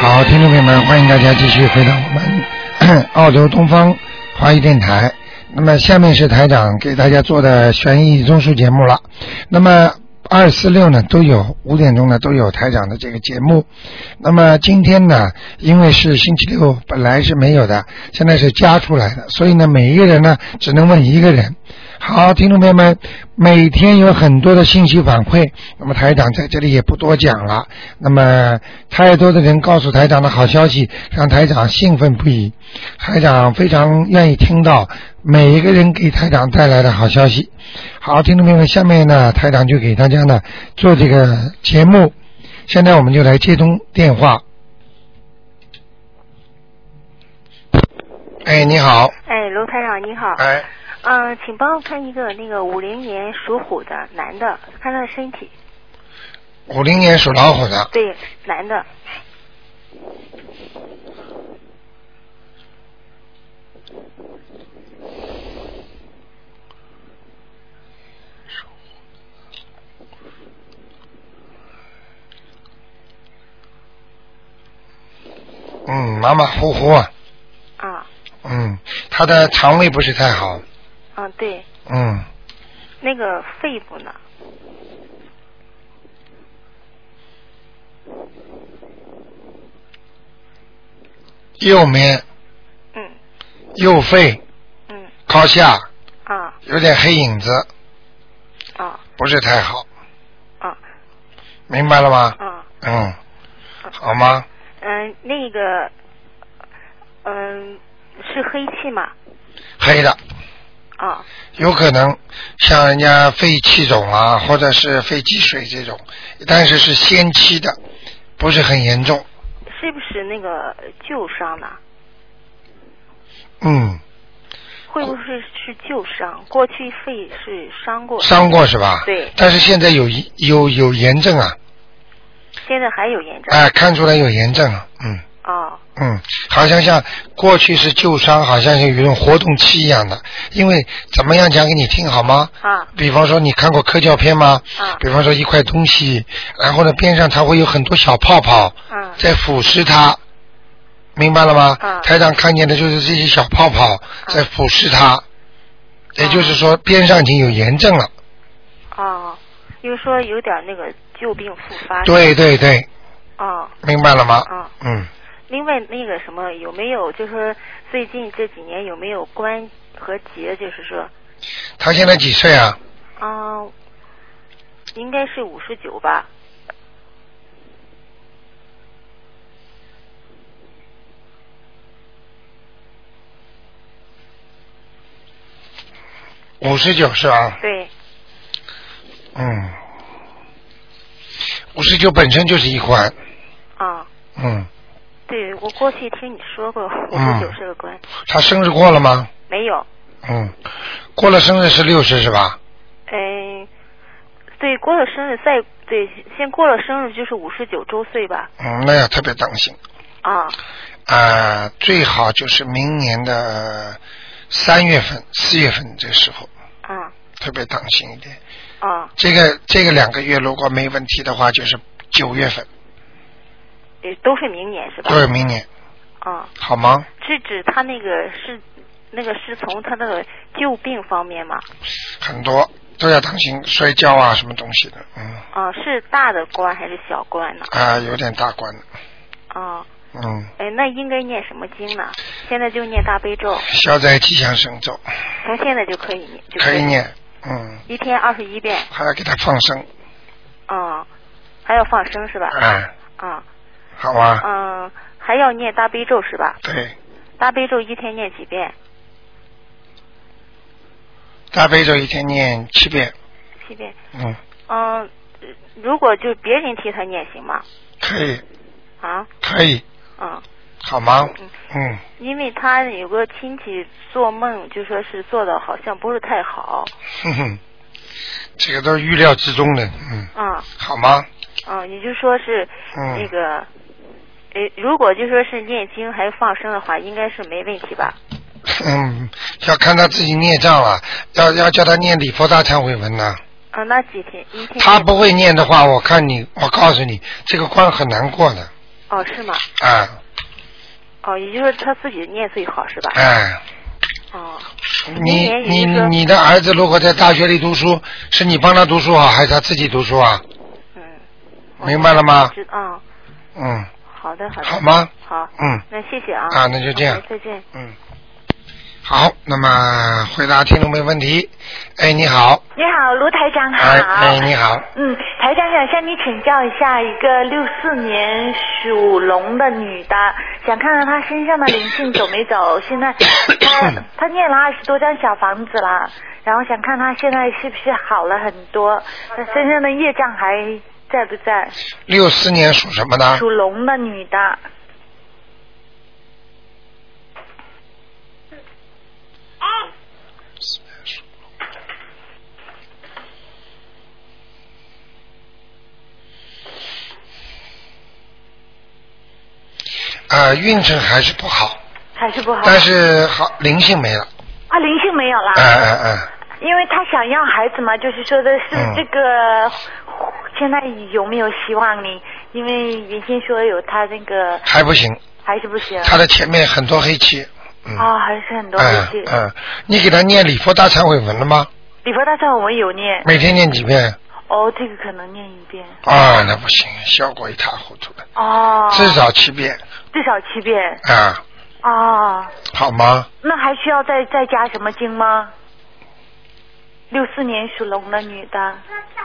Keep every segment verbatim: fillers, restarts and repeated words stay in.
好，听众朋友们，欢迎大家继续回到我们澳洲东方华语电台。那么下面是台长给大家做的悬疑综述节目了。那么二四六呢都有，五点钟呢都有台长的这个节目。那么今天呢，因为是星期六，本来是没有的，现在是加出来的，所以呢每一个人呢只能问一个人。好，听众朋友们，每天有很多的信息反馈，那么台长在这里也不多讲了。那么太多的人告诉台长的好消息，让台长兴奋不已。台长非常愿意听到每一个人给台长带来的好消息。好，听众朋友们，下面呢，台长就给大家呢做这个节目。现在我们就来接通电话。哎，你好。 哎，卢台长你好。 哎。 嗯、呃，请帮我看一个那个五零年属虎的男的，看他的身体。 五零年属老虎的。 对，男的。 嗯，马马虎虎啊。 啊。 嗯，他的肠胃不是太好。 嗯，对。 嗯。 那个肺部呢？ 右面。 嗯。 右肺。 嗯。 靠下。 啊。 有点黑影子。 啊。 不是太好。 啊。 明白了吗？ 啊。 嗯。好吗？ 嗯，那个，嗯，是黑气吗？ 黑的。 啊。 有可能像人家肺气肿啊，或者是肺积水这种，但是是先期的，不是很严重。 是不是那个旧伤呢？ 嗯。 会不会是旧伤？过去肺是伤过。 伤过是吧？ 对。 但是现在有有有炎症啊。 现在还有炎症。 哎，看出来有炎症啊，嗯。 哦。 嗯，好像像过去是旧伤，好像有一种活动期一样的。因为怎么样讲给你听好吗？ 啊。 比方说你看过科教片吗？ 啊。 比方说一块东西，然后呢边上它会有很多小泡泡， 嗯， 在腐蚀它，明白了吗？ 啊。 台长看见的就是这些小泡泡在腐蚀它，啊、也就是说边上已经有炎症了。 哦，因为说有点那个旧病复发。 对对对。 哦。 明白了吗？ 啊。 嗯。 另外那个什么有没有就是说最近这几年有没有关和节就是说？ 他现在几岁啊？ 啊、呃，应该是五十九吧。 五十九是吧？ 对。 嗯。五十九本身就是一关。 啊。 嗯。 对，我过去听你说过五十九是个关。 他生日过了吗？ 没有。 嗯，过了生日是六十是吧？ 嗯，对，过了生日再对，先过了生日就是五十九周岁吧。 嗯，那要特别当心。 啊。 啊，最好就是明年的三月份、四月份这时候。 啊。 特别当心一点。 啊。 这个这个两个月如果没问题的话，就是九月份。 都是明年是吧？ 都是明年。 啊。 好吗？ 是指他那个是那个是从他那个旧病方面吗？ 很多都要当心摔跤啊，什么东西的，嗯。 啊，是大的关还是小关呢？ 啊，有点大关。 啊。 嗯。 哎，那应该念什么经呢？现在就念大悲咒。 消灾吉祥神咒。 从现在就可以念。就可以。可以念，嗯。 一天二十一遍。 还要给他放生。 啊，还要放生是吧？ 哎。 啊。 好啊。 嗯，还要念大悲咒是吧？ 对。 大悲咒一天念几遍？ 大悲咒一天念七遍。 七遍。 嗯。 嗯，如果就别人替他念行吗？ 可以。 啊？ 可以。 嗯。 好吗？ 嗯。 嗯。 因为他有个亲戚做梦，就说是做的好像不是太好。 哼哼，这个都是预料之中的，嗯。 啊。 好吗？ 嗯，也就说是那个，嗯、呃，如果就说是念经还放生的话，应该是没问题吧？ 嗯，要看他自己孽障了，要要叫他念礼佛大忏悔文呢。 啊，那几天一天。 他不会念的话，我看你，我告诉你，这个关很难过的。 哦，是吗？ 啊。 哦，也就是说他自己念最好是吧？ 哎。 哦。 你你你的儿子如果在大学里读书，是你帮他读书好，还是他自己读书啊？ 嗯。 明白了吗？ 嗯。 嗯。 好的，好的。 好吗？ 好。 嗯。 那谢谢啊。 啊，那就这样。 再见。 嗯。好，那么回答听众没问题。哎，你好。 你好，卢台长好。 哎，哎你好。 嗯，台长想向你请教一下，一个六四年属龙的女的，想看看她身上的灵性走没走。现在她她念了二十多张小房子了，然后想看她现在是不是好了很多，她身上的业障还在不在？ 六四年属什么的？ 属龙的女的。 啊，运程还是不好， 还是不好， 但是好灵性没了。 啊，灵性没有了。 哎哎哎。 因为他想要孩子嘛，就是说的是这个，嗯、现在有没有希望你？因为原先说有他那个。 还不行。 还是不行。 他的前面很多黑气。 嗯、哦，还是很多黑气。 嗯, 嗯，你给他念礼佛大忏悔文了吗？ 礼佛大忏悔文有念。 每天念几遍？ 哦，这个可能念一遍。 啊，那不行，效果一塌糊涂的。 哦。 至少七遍。 至少七遍。 啊。 哦。 好吗？ 那还需要再再加什么经吗？六四年属龙的女的。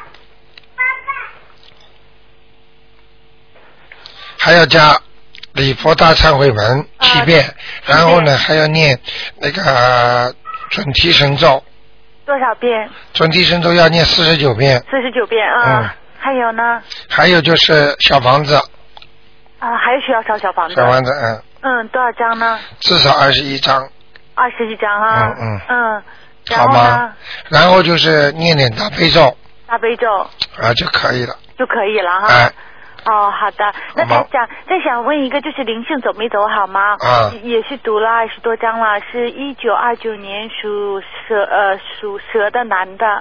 还要加礼佛大忏悔文七遍，啊、然后呢还要念那个准提神咒。 多少遍？ 准提神咒要念四十九遍。 四十九遍啊。嗯。还有呢？ 还有就是小房子。 啊，还需要烧小房子。 小房子，嗯。 嗯，多少张呢？ 至少二十一张。 二十一张啊。 嗯嗯。 嗯。 好吗？然后就是念点大悲咒。 大悲咒。 啊，就可以了。 就可以了哈。 哎。 哦，好的。那台长，再想问一个，就是灵性走没走好吗？ 啊。 也是读了二十多章了，是一九二九年属蛇呃属蛇的男的。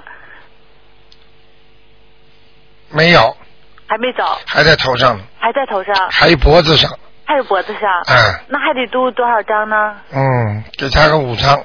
没有。 还没走。 还在头上。 还在头上。 还有脖子上。 还有脖子上。 嗯。 那还得读多少章呢？ 嗯，给他个五章。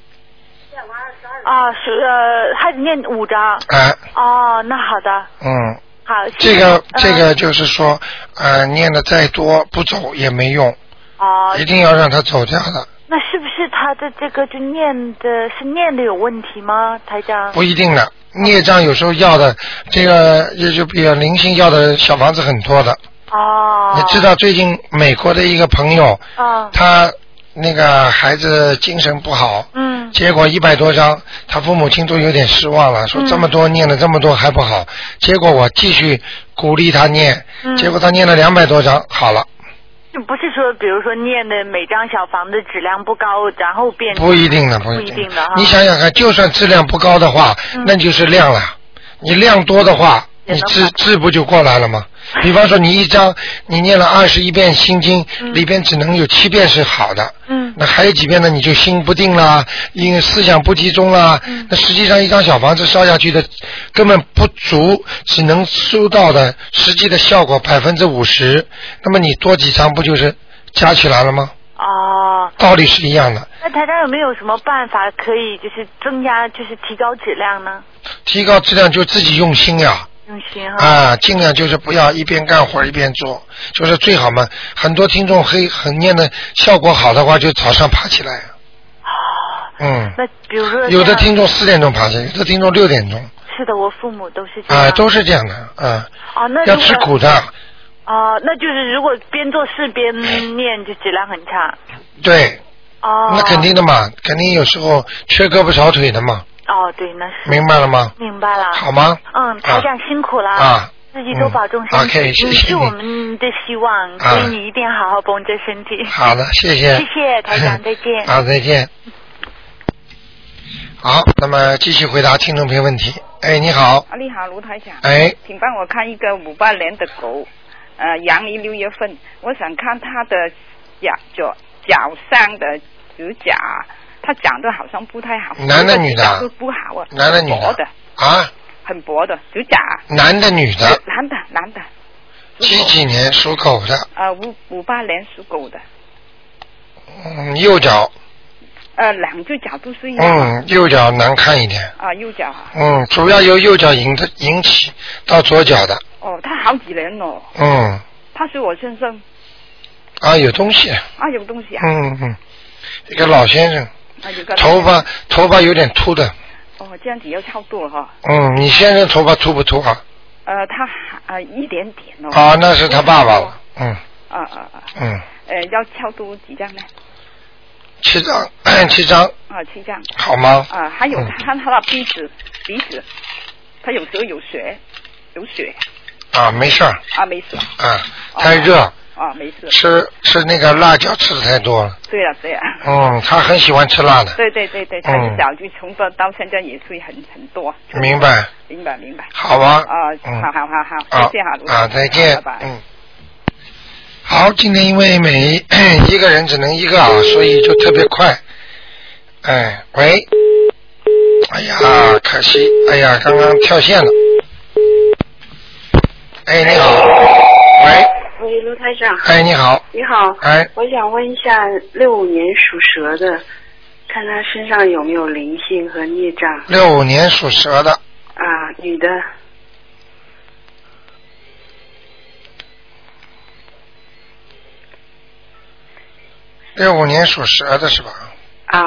啊，是呃，还得念五章。 哎。 哦，那好的。 嗯。 好。 这个这个就是说，呃，念的再多不走也没用。 哦。 一定要让他走掉的。 那是不是他的这个就念的是念的有问题吗，台长？ 不一定的，孽障有时候要的这个也就比较灵性要的小房子很多的。 哦。 你知道最近美国的一个朋友， 哦、 他那个孩子精神不好， 嗯， 结果一百多张，他父母亲都有点失望了，说这么多念了这么多还不好，嗯、结果我继续鼓励他念， 嗯、 结果他念了两百多张好了。 就不是说，比如说念的每张小房子质量不高，然后变不一定的， 不一定的哈。 你想想看，就算质量不高的话， 嗯、 那就是量了。你量多的话，你质质不就过来了吗？比方说你一张你念了二十一遍心经， 嗯、 里边只能有七遍是好的， 嗯， 那还有几遍呢？你就心不定啦，因为思想不集中啦， 嗯、 那实际上一张小房子烧下去的根本不足，只能收到的实际的效果百分之五十，那么你多几张不就是加起来了吗？ 哦， 道理是一样的。 那台长有没有什么办法可以就是增加就是提高质量呢？ 提高质量就自己用心呀。 用心哈。 啊，尽量就是不要一边干活一边做，就是最好嘛。很多听众黑很念的效果好的话，就早上爬起来。 哦。 嗯。 那比如说。 有的听众四点钟爬起来，有的听众六点钟。 是的，我父母都是这样。 啊，都是这样的，啊。 哦，那要吃苦的。 哦，那就是如果边做事边念，就质量很差。 对。 哦。 那肯定的嘛，肯定有时候缺胳膊少腿的嘛。 哦，对，那是。 明白了吗？ 明白了。 好吗？ 嗯，台长辛苦了。 啊。 自己多保重身体。 嗯、OK， 谢谢你。 你是我们的希望， 啊、 所以你一定要好好保重身体。 好的，谢谢。 谢谢台长，再见。 好，再见。好，那么继续回答听众朋友问题。哎，你好。 啊，你好，卢台长。 哎。 请帮我看一个五八年的狗，呃，阳历六月份，我想看它的脚脚脚上的指甲，它长得好像不太好。 男的女的？ 不好啊。 男的女的？ 薄的。 啊？ 很薄的指甲。 男的女的？ 男的男的。 属狗几几年属狗的？ 呃，五五八年属狗的。 嗯，右脚。 呃，两只脚都是一样。 嗯，右脚难看一点。 啊，右脚啊。 嗯，主要由右脚引的引起到左脚的。 哦，他好几年了。 嗯。 他是我先生。 啊，有东西。 啊，有东西啊。 嗯嗯，一个老先生。 啊，有个。 头发头发有点秃的。 哦，这样子要超度了哈。 嗯，你先生头发秃不秃啊？ 呃，他呃一点点哦。 啊，那是他爸爸了。嗯。 啊啊啊。 嗯。 呃，要超度几张呢？ 七张，七张。 啊，七张。 好吗？ 啊，还有他他的鼻子，鼻子，他有时候有血，有血。 啊，没事儿。 啊，没事。 啊，太热。 啊，没事。 吃吃那个辣椒吃的太多了。 对了对了。 嗯，他很喜欢吃辣的。 对对对对，他是小就从这到现在也是很很多。 明白。 明白明白。 好吧。 啊，好好好好，谢谢哈， 啊，再见。 拜拜。 嗯。好，今天因为每一个人只能一个啊，所以就特别快。哎，喂，哎呀，可惜，哎呀，刚刚跳线了。哎，你好，喂。 喂，卢台长。 哎，你好。 你好。 哎。 我想问一下，六五年属蛇的，看他身上有没有灵性和孽障。 六五年属蛇的。 啊，女的。 六五年属蛇的是吧？ 啊。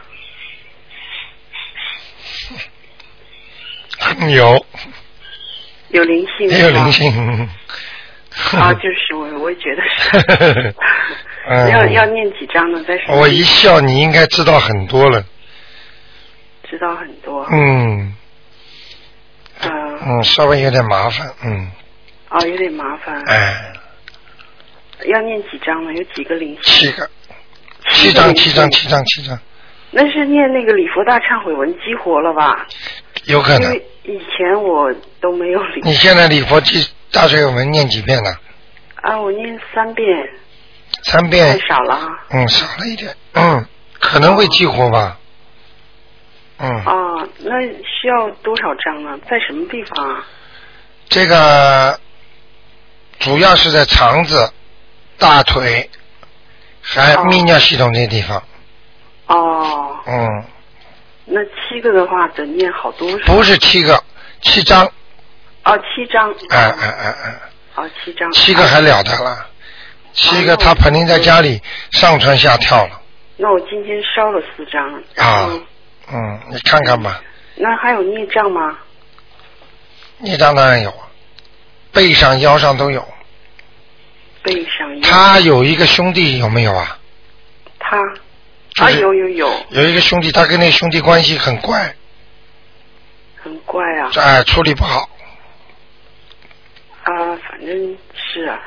有。 有灵性。 也有灵性。 啊，就是我，我也觉得是。嗯、要要念几张呢？在我一笑，你应该知道很多了。 知道很多。 嗯。 嗯、 呃。嗯，稍微有点麻烦，嗯。 哦，有点麻烦。 哎。 要念几张呢？有几个灵性？ 七个。七张，七张，七张，七张。 那是念那个礼佛大忏悔文激活了吧？ 有可能。 因为以前我都没有礼。 你现在礼佛大忏悔文念几遍了？ 啊，我念三遍。 三遍。 太少了啊。 嗯，少了一点。嗯，可能会激活吧。嗯。 哦，那需要多少张呢？在什么地方啊？ 这个主要是在肠子、大腿。还泌尿系统这些地方。 哦。 嗯。 那七个的话得念好多。 不是七个，七张。 哦，七张。 哎哎哎哎。 哦，七张。 七个还了得了，七个他肯定在家里上蹿下跳了。 那我今天烧了四张。 啊。嗯，你看看吧。 那还有孽障吗？ 孽障当然有，背上腰上都有。 背上。 他有一个兄弟有没有啊？ 他啊有有有。 有一个兄弟，他跟那兄弟关系很怪。 很怪啊。 哎，处理不好。 啊，反正是啊。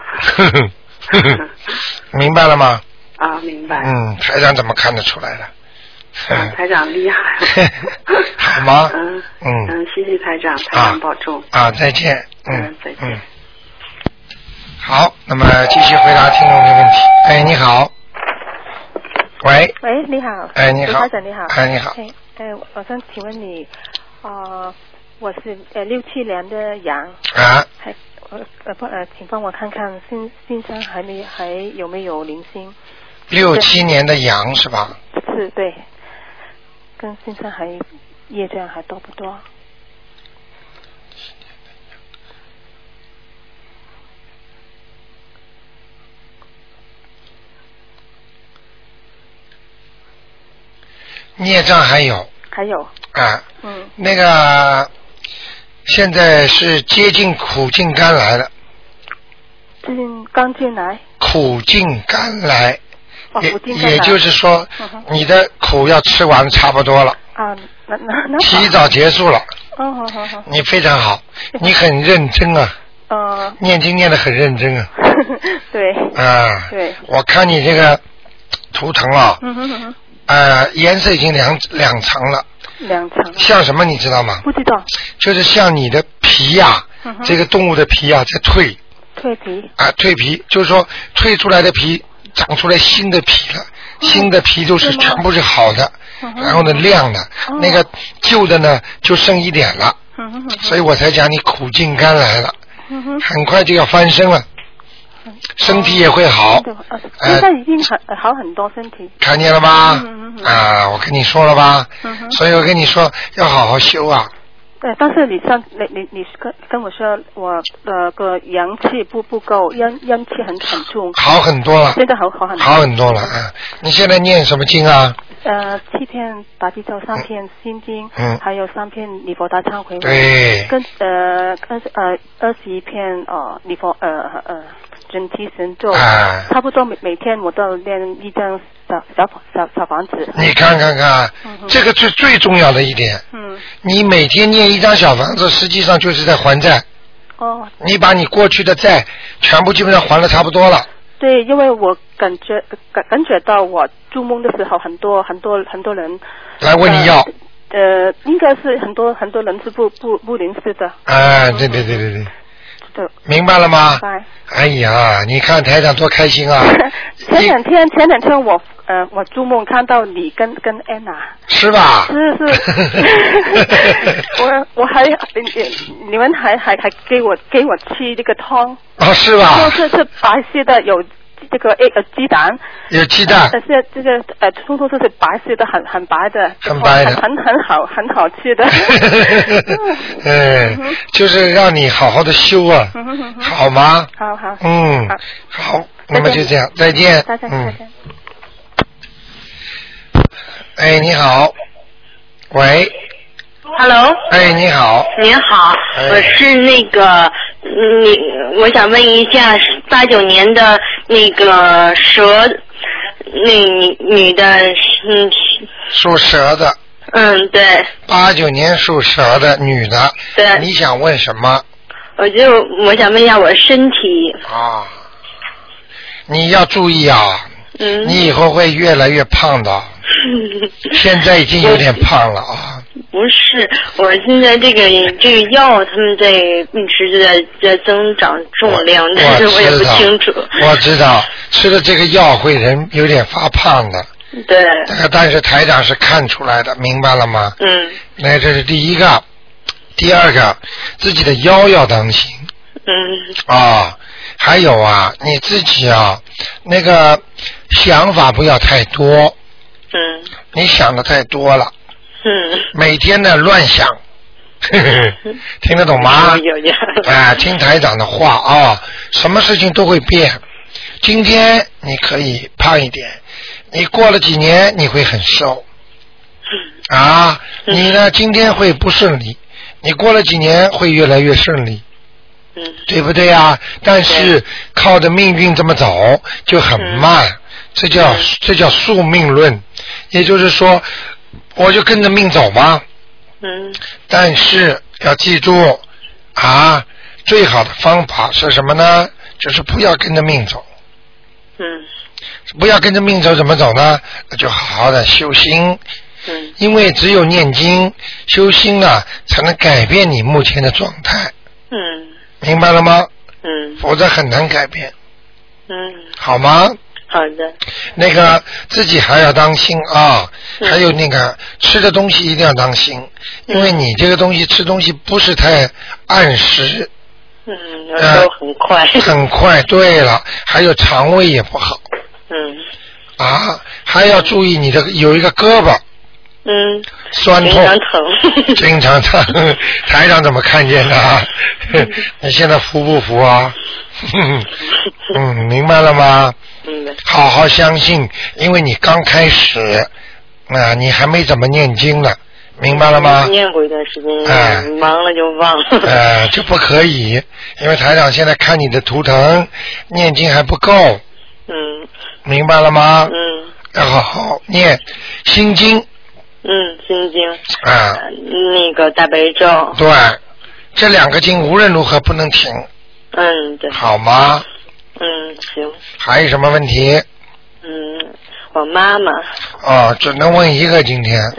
明白了吗？ 啊，明白。 嗯，台长怎么看得出来的？ 啊、台长厉害。 好吗？ 嗯嗯嗯，谢谢台长，台长保重。 啊，啊再见。 嗯，嗯再见。 嗯好，那么继续回答听众的问题。哎，你好。喂。 喂，你好。 哎，你好。 台长你好。 哎，你好。 哎，哎，我想请问你，呃，我是呃六七年的羊。 啊。 还呃呃不呃，请帮我看看心心上还没还有没有灵性？ 六七年的羊是吧？ 是，对。跟心上还业障还多不多？ 孽障还有。 还有。 啊。 嗯。 那个，现在是接近苦尽甘来了。 进刚进来。 苦尽甘来。 哦， 也苦尽甘来。 也就是说， 嗯、 你的苦要吃完差不多了。 啊，那那那。 提早结束了。 哦，好好好。 你非常好，你很认真啊。 呃。 念经念得很认真啊。 对。 啊。 对。 我看你这个图腾啊。 嗯哼哼哼。 呃，颜色已经两两层了。 两层。 像什么你知道吗？ 不知道。 就是像你的皮呀、啊嗯，这个动物的皮啊在蜕。 蜕皮。 啊，蜕皮，就是说蜕出来的皮长出来新的皮了，嗯、新的皮都是全部是好的，嗯、然后呢亮的，嗯、那个旧的呢就剩一点了，嗯、所以我才讲你苦尽甘来了，嗯、很快就要翻身了。 身体也会好。 呃、现在已经很、呃、好很多身体。 看见了吗？ 嗯嗯嗯啊，我跟你说了吧， 嗯、 所以我跟你说要好好修啊。 对，但是你上你你你跟跟我说我呃个阳气不不够，阴阴气很很重。 好很多了。 现在好好很多。 好很多了啊！你现在念什么经啊？ 呃，七片大悲咒，三片心经， 嗯， 还有三片礼佛大忏悔文， 对， 跟呃跟呃二十一片呃礼佛呃呃准提神咒， 啊， 差不多每每天我都练一张小小小小房子。 你看看看，嗯、这个最最重要的一点，嗯，你每天念一张小房子，实际上就是在还债。 哦。 你把你过去的债全部基本上还了差不多了。 对，因为我感觉感感觉到我做梦的时候，很多很多很多人来问你要。 呃，呃应该是很多很多人是不不不灵视的。 啊，对对对对对。 对。 明白了吗？ 明白。 哎呀，你看台长多开心啊！ 前两天前两天我呃我做梦看到你跟跟安娜。 是吧？ 是是。我我还你你们还还还给我给我吃这个汤。 哦，是吧？ 就是是白色的，有这个诶呃鸡蛋。 有鸡蛋。 但是这个呃，通通都是白色的，很很白的。 很白的。 很很好，很好吃的。 嗯，就是让你好好的修啊，嗯、好吗？ 好好。 嗯，好，好那么就这样，再见。 再见，再见。 哎，你好，喂。 Hello。 哎，你好。 您好，哎、我是那个，你，我想问一下，八九年的那个蛇，那女女的，嗯。 属蛇的。 嗯，对。 八九年属蛇的女的。 对。 你想问什么？ 我就我想问一下我身体。 啊。你要注意啊。 嗯。 你以后会越来越胖的。现在已经有点胖了啊。 不是，我现在这个这个药，他们在一直在在增长重量，但是我也不清楚。 我知道，吃了这个药会人有点发胖的。 对。 但是台长是看出来的，明白了吗？ 嗯。 那这是第一个，第二个，自己的腰要当心。 嗯。 啊，还有啊，你自己啊，那个想法不要太多。 嗯。 你想的太多了。 嗯。 每天呢乱想，呵呵听得懂吗？ 有有。 啊，听台长的话啊，什么事情都会变。今天你可以胖一点，你过了几年你会很瘦。啊，你呢今天会不顺利，你过了几年会越来越顺利。 嗯。 对不对啊？但是靠着命运这么走就很慢，嗯、这叫这叫宿命论，也就是说。我就跟着命走吗？ 嗯。 但是要记住啊，最好的方法是什么呢？就是不要跟着命走。 嗯。 不要跟着命走，怎么走呢？那就好好的修心。 嗯。 因为只有念经、修心啊，才能改变你目前的状态。 嗯。 明白了吗？ 嗯。 否则很难改变。 嗯。 好吗？ 好的。 那个自己还要当心啊，还有那个吃的东西一定要当心，因为你这个东西吃东西不是太按时。 嗯，有时候很快。 呃、很快，对了，还有肠胃也不好。 嗯。 啊，还要注意你的有一个胳膊。 嗯。 酸痛。 经常疼。 经常疼，台长怎么看见的啊？嗯、你现在服不服啊？嗯，明白了吗？ 明白。 好好相信，因为你刚开始，啊，你还没怎么念经呢，明白了吗？ 念过一段时间，哎、忙了就忘了。 呃，这不可以，因为台长现在看你的图腾，念经还不够。 嗯。 明白了吗？ 嗯。 要好好念心经。 嗯，心经。 啊。 那个大悲咒。 对，这两个经无论如何不能停。 嗯，对。 好吗？ 嗯，行。 还有什么问题？ 嗯，我妈妈。 哦，只能问一个今天。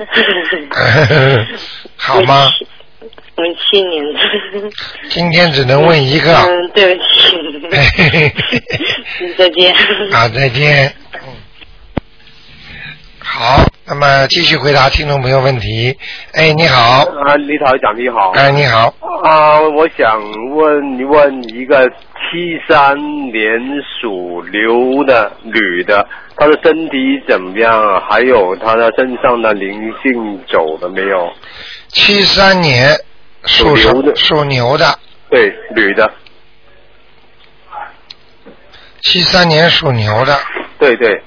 好吗？ 我七年的。 今天只能问一个。 嗯，对不起。再见。 好，再见。好。 那么继续回答听众朋友问题。哎，你好。 啊，李台长你好。 哎，你好。 啊，我想问问一个七三年属牛的女的，她的身体怎么样？还有她的身上的灵性走了没有？ 七三年属牛的， 属牛的。 对，女的。 七三年属牛的。 对对。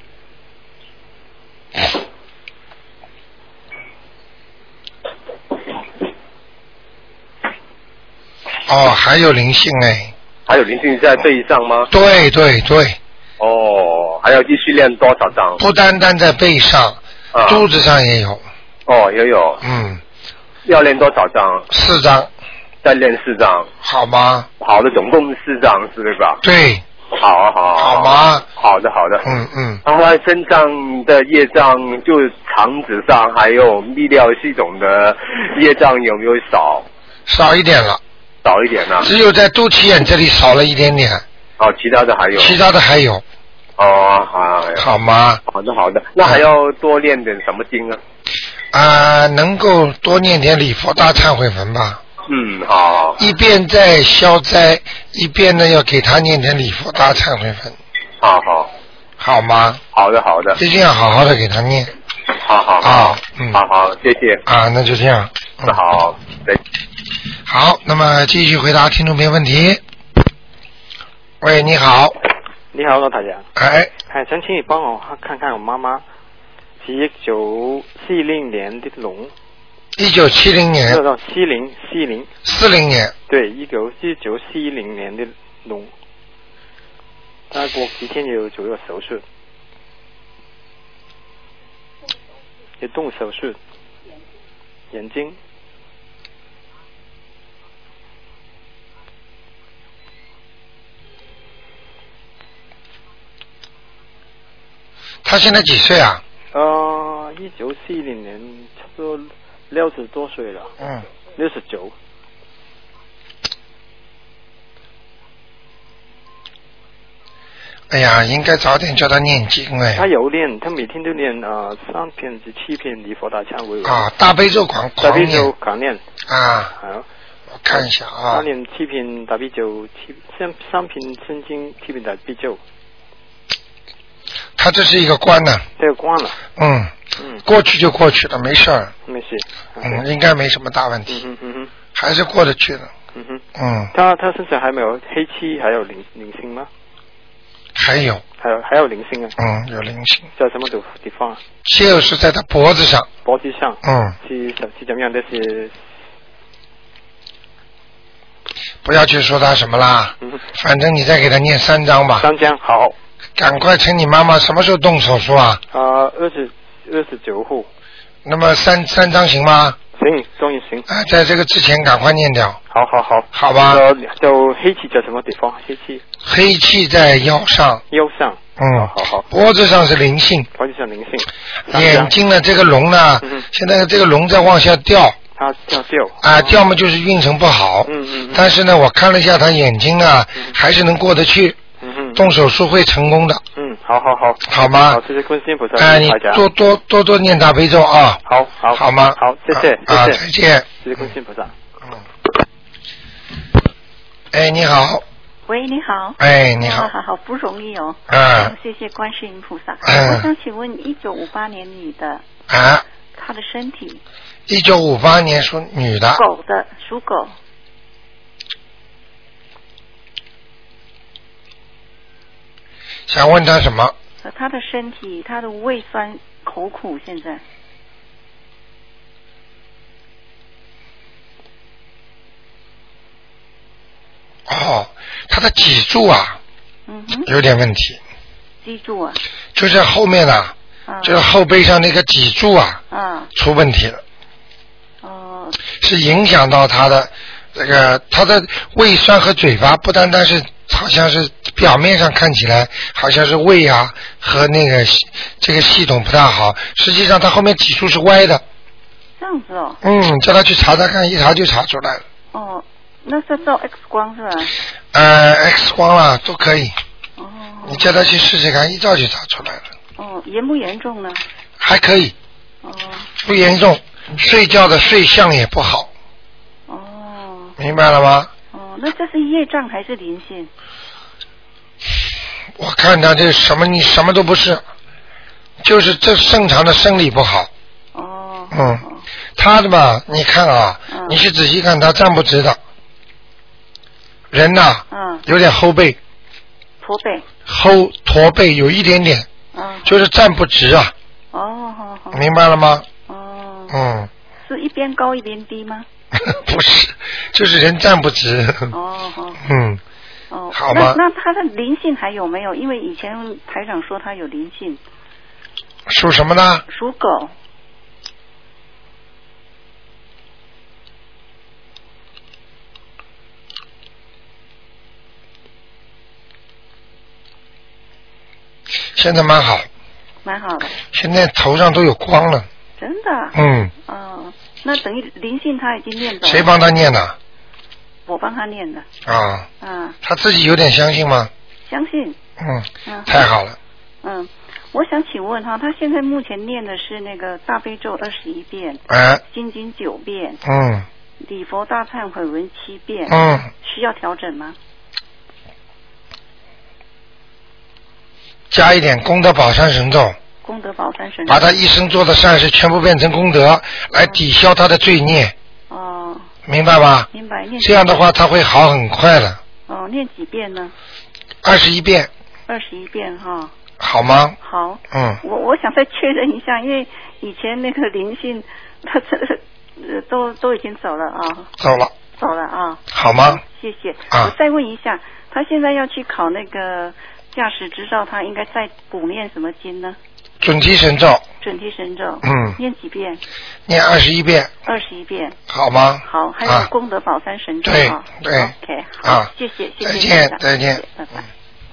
哦，还有灵性哎。 还有灵性在背上吗？ 对对对。 哦，还要继续练多少张？ 不单单在背上， 啊、 肚子上也有。 哦，也有。 嗯。 要练多少张？ 四张。 再练四张。 好吗？ 好的，总共四张是对吧？ 对。 好啊，好啊。 好吗？ 好的，好的。 嗯嗯。 他身上的业障，就肠子上还有泌尿系统的业障有没有少？ 少一点了。 少一点呢、啊？ 只有在肚脐眼这里少了一点点。 哦，其他的还有。 其他的还有。 哦，好。 好吗？ 好的，好的。那还要多练点什么经啊？ 啊、呃，能够多念点礼佛大忏悔文吧。 嗯，好。 一边在消灾，一边呢要给他念点礼佛大忏悔文。 好好。 好吗？ 好的，好的。 一定要好好的给他念。 好好好。 啊，嗯。 好好，谢谢。 啊，那就这样。 那、嗯、好，对。 好，那么继续回答听众朋友问题。喂，你好。 你好，老太太。 哎。 係想請你幫我看看我媽媽，是一九四零年的龍。 一九七零年。 沒有，七零四零。 四零年。 對，一九一九四零年的龍。他過幾天有做一個手術，要動手術，眼睛。 他現在幾歲啊？ 呃，一九四零年，差不多六十多歲了。 嗯。 六十九。 哎呀，應該早點叫他念經哎。 他有念，他每天都念呃三篇至七篇禮佛大懺悔。 啊，大悲咒狂大悲咒狂念。 啊。 好。 我看一下啊。 他念七篇大悲咒，七三三篇心經，七篇大悲咒。 他这是一个关呢。 这个关了。 嗯。嗯。过去就过去了，没事儿。 没事。 嗯，应该没什么大问题。 嗯嗯嗯。 还是过得去的。 嗯哼。 嗯。 他他身上还没有黑气，还有灵灵性吗？ 还有。 还有还有灵性啊。 嗯，有灵性。 在什么地地方啊？ 就是在他脖子上。 脖子上。 嗯。 是是怎么样的？是。 不要去说他什么啦。 嗯。 反正你再给他念三章吧。 三章好。 赶快趁你妈妈什么时候动手术啊？ 啊、呃，二十二十九号。 那么三三张行吗？ 行，终于行。 啊，在这个之前赶快念掉。 好好好。 好吧。 就就黑气在什么地方？黑气。 黑气在腰上。 腰上。 嗯。 好好。 脖子上是灵性。 脖子上灵性。 眼睛呢？这个龙呢？嗯、现在这个龙在往下掉。 它掉掉。 啊，掉嘛就是运程不好。 嗯嗯。 但是呢，我看了一下他眼睛呢，嗯、还是能过得去。动手术会成功的。 嗯，好好好。 好吗？ 好，谢谢观世音菩萨。 哎、呃，你多多多多念大悲咒啊。 好好。 好吗？ 好，谢谢，谢谢。 啊，再见。 谢谢观世音菩萨。 嗯。哎，你好。 喂，你好。 哎，你好。 好好，不容易哦。 嗯。 谢谢观世音菩萨。 嗯。 我想请问，一九五八年女的。 啊。 她的身体。 一九五八年属女的。 狗的，属狗。 想问他什么？ 他的身体，他的胃酸、口苦，现在。 哦，他的脊柱啊， 嗯哼， 有点问题。 脊柱啊。 就是后面啊，啊就是后背上那个脊柱啊， 啊， 出问题了。 哦。 是影响到他的这个，他的胃酸和嘴巴不单单是。好像是表面上看起来好像是胃啊和那个这个系统不大好，实际上他后面脊柱是歪的。 这样子哦。 嗯，叫他去查查看，一查就查出来了。 哦，那是照 X 光是吧？ 呃 ，X 光啦都可以。 哦。 你叫他去试试看，一照就查出来了。 哦，严不严重呢？ 还可以， 哦不严重，睡觉的睡相也不好， 哦明白了吗？ 哦，那这是业障还是灵性？ 我看他这什么你什么都不是，就是这正常的生理不好。 哦。 嗯，他的吧，你看啊，嗯、你去仔细看，他站不直的，人呐， 嗯， 有点后背。 驼背。 后驼背有一点点。 嗯。 就是站不直啊。 哦，好好。 明白了吗？ 哦。 嗯。 是一边高一边低吗？ 不是，就是人站不直。 哦好。 嗯。 哦， 好吗？ 那那他的灵性还有没有？因为以前台长说他有灵性。 属什么呢？ 属狗。 现在蛮好。 蛮好的。 现在头上都有光了。 真的？ 嗯。 哦，那等于灵性他已经念走了。 谁帮他念的？ 我帮他念的。 啊。 啊。 他自己有点相信吗？ 相信。 嗯。 嗯。 太好了。 嗯，我想请问他，他现在目前念的是那个大悲咒二十一遍， 哎， 心经九遍， 嗯， 礼佛大忏悔文七遍， 嗯， 需要调整吗？ 加一点功德宝山神咒。 功德宝山神咒。 把他一生做的善事全部变成功德，来抵消他的罪孽。 哦。 明白吧？ 明白。念这样的话他会好很快的。 哦，念几遍呢？ 二十一遍。 二十一遍哈。 好吗？ 好。 嗯。 我我想再确认一下，因为以前那个灵性，他这呃都都已经走了啊。 走了。 走了啊。 好吗？ 谢谢。 啊。 我再问一下，他现在要去考那个驾驶执照，他应该再补念什么经呢？ 准提神咒。 准提神咒。 嗯。 念几遍？ 念二十一遍。 二十一遍。 好吗？ 好，还有功德宝山神咒啊。 对对。 OK， 好， 啊， 谢谢，谢谢。 再见，再见， 拜拜。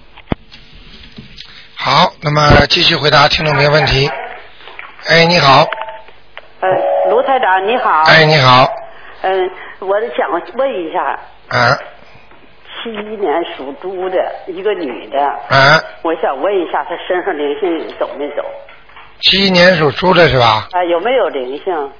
好，那么继续回答听众朋友问题。哎，你好。 呃，卢台长你好。 哎，你好。 嗯，我想问一下。 啊。 七一年属猪的一个女的。 啊。 我想问一下，她身上灵性走没走？ 七一年属猪的是吧？ 啊，有没有灵性？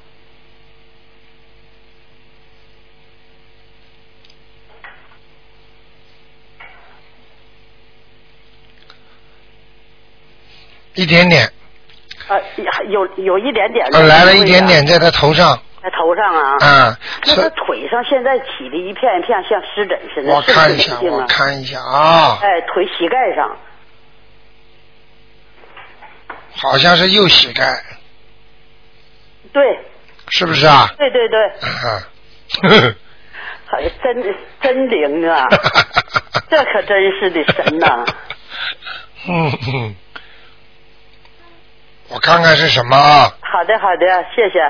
一点点。 啊，有有一点点。 呃，来了一点点在他头上。 在头上啊。 啊。 那他腿上现在起了一片一片像湿疹似的。 我看一下，我看一下啊。 哎，腿膝盖上。 好像是右膝盖。 对。 是不是啊？ 对对对。 啊。 好像真真灵啊！这可真是的神呐！ 嗯嗯。我看看是什么啊？ 好的好的，谢谢。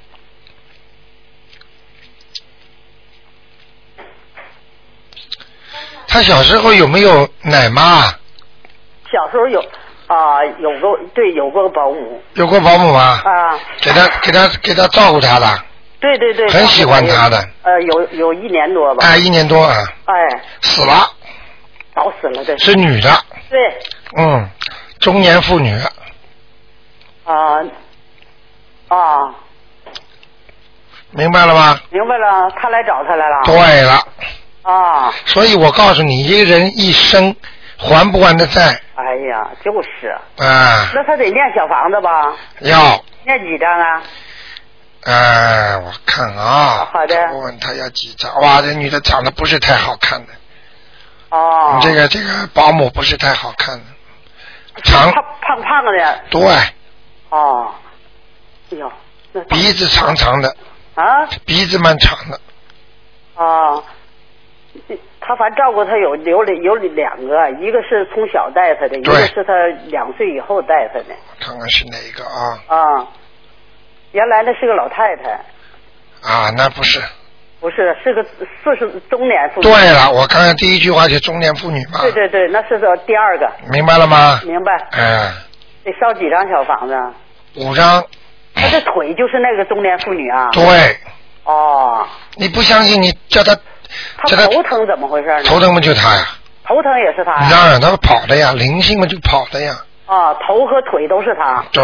他小时候有没有奶妈？ 小时候有啊、呃，有过对，有过保姆。 有过保姆吗？ 啊。 给他给他给他照顾他的。 对对对。 很喜欢他的。 呃，有有一年多吧。 哎，一年多啊。 哎。 死了。 早死了的。 是女的。 对。 嗯，中年妇女。 啊啊， 明白了吗？ 明白了，他来找他来了。 对了。 啊。 所以我告诉你，一个人一生还不完的债。 哎呀，就是。 啊。 那他得念小房子吧？ 要。 念几张啊？ 呃，我看啊。 好的。 我问他要几张？哇，这女的长得不是太好看的。 哦。 这个这个保姆不是太好看的。长。 胖胖胖的。 对。 哦，哎呦， 鼻子长长的啊， 鼻子蛮长的。 哦，他反正照顾他有有有两个，一个是从小带他的，一个是他两岁以后带他的。 看看是哪一个啊？ 啊，原来那是个老太太。 啊，那不是。 不是，是个四十中年妇女。 对了，我刚才第一句话就中年妇女嘛。 对对对，那是个第二个。 明白了吗？ 明白。 嗯。 得烧几张小房子？ 五张。 他这腿就是那个中年妇女啊。 对。 哦。 你不相信，你叫他。 他头疼怎么回事呢？ 头疼嘛就他呀。 头疼也是他呀。 当然，他跑的呀，灵性嘛就跑的呀。 啊，头和腿都是他。 就。 他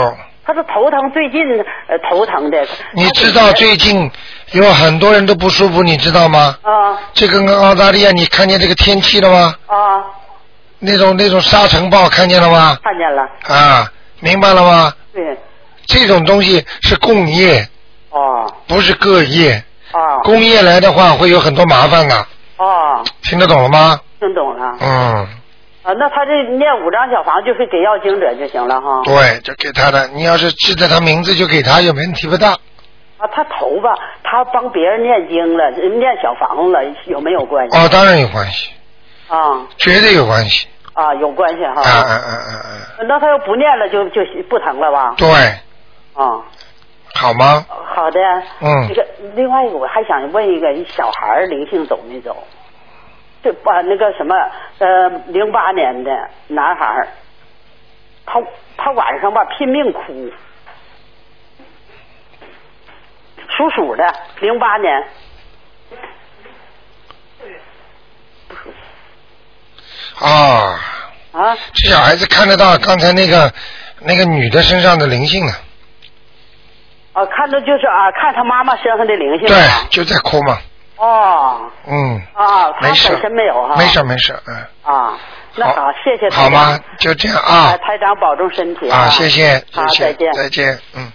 他是头疼，最近呃头疼的。 你知道最近有很多人都不舒服，你知道吗？ 啊。 这个跟澳大利亚，你看见这个天气了吗？ 啊。 那种那种沙尘暴看见了吗？ 看见了。 啊，明白了吗？ 对。 这种东西是共业。 哦。 不是个业。 哦。 共业来的话会有很多麻烦的。 哦。 听得懂了吗？ 听懂了。 嗯。 啊，那他这念五张小房就是给要经者就行了哈。 对，就给他的。你要是记得他名字，就给他，有问题不大。 啊，他头吧，他帮别人念经了，念小房子了，有没有关系？ 哦，当然有关系。 啊。 绝对有关系。 啊，有关系哈。 啊啊啊啊啊！ 那他要不念了就，就就不疼了吧？ 对。 啊。 好吗？ 好的。 嗯。 这个另外一个我还想问一个，小孩灵性走没走？这把那个什么呃，零八年的男孩，他他晚上吧拼命哭，属鼠的，零八年。 啊。 啊。 这小孩子看得到刚才那个那个女的身上的灵性了。 啊，看到就是啊，看他妈妈身上的灵性。 对，就在哭嘛。 哦。 嗯。 啊，他没事本身没有哈。 没事没事，嗯。 啊，那好，谢谢台长。 好吗？就这样啊。 台长保重身体啊，谢谢， 好， 谢谢再见， 再见，嗯。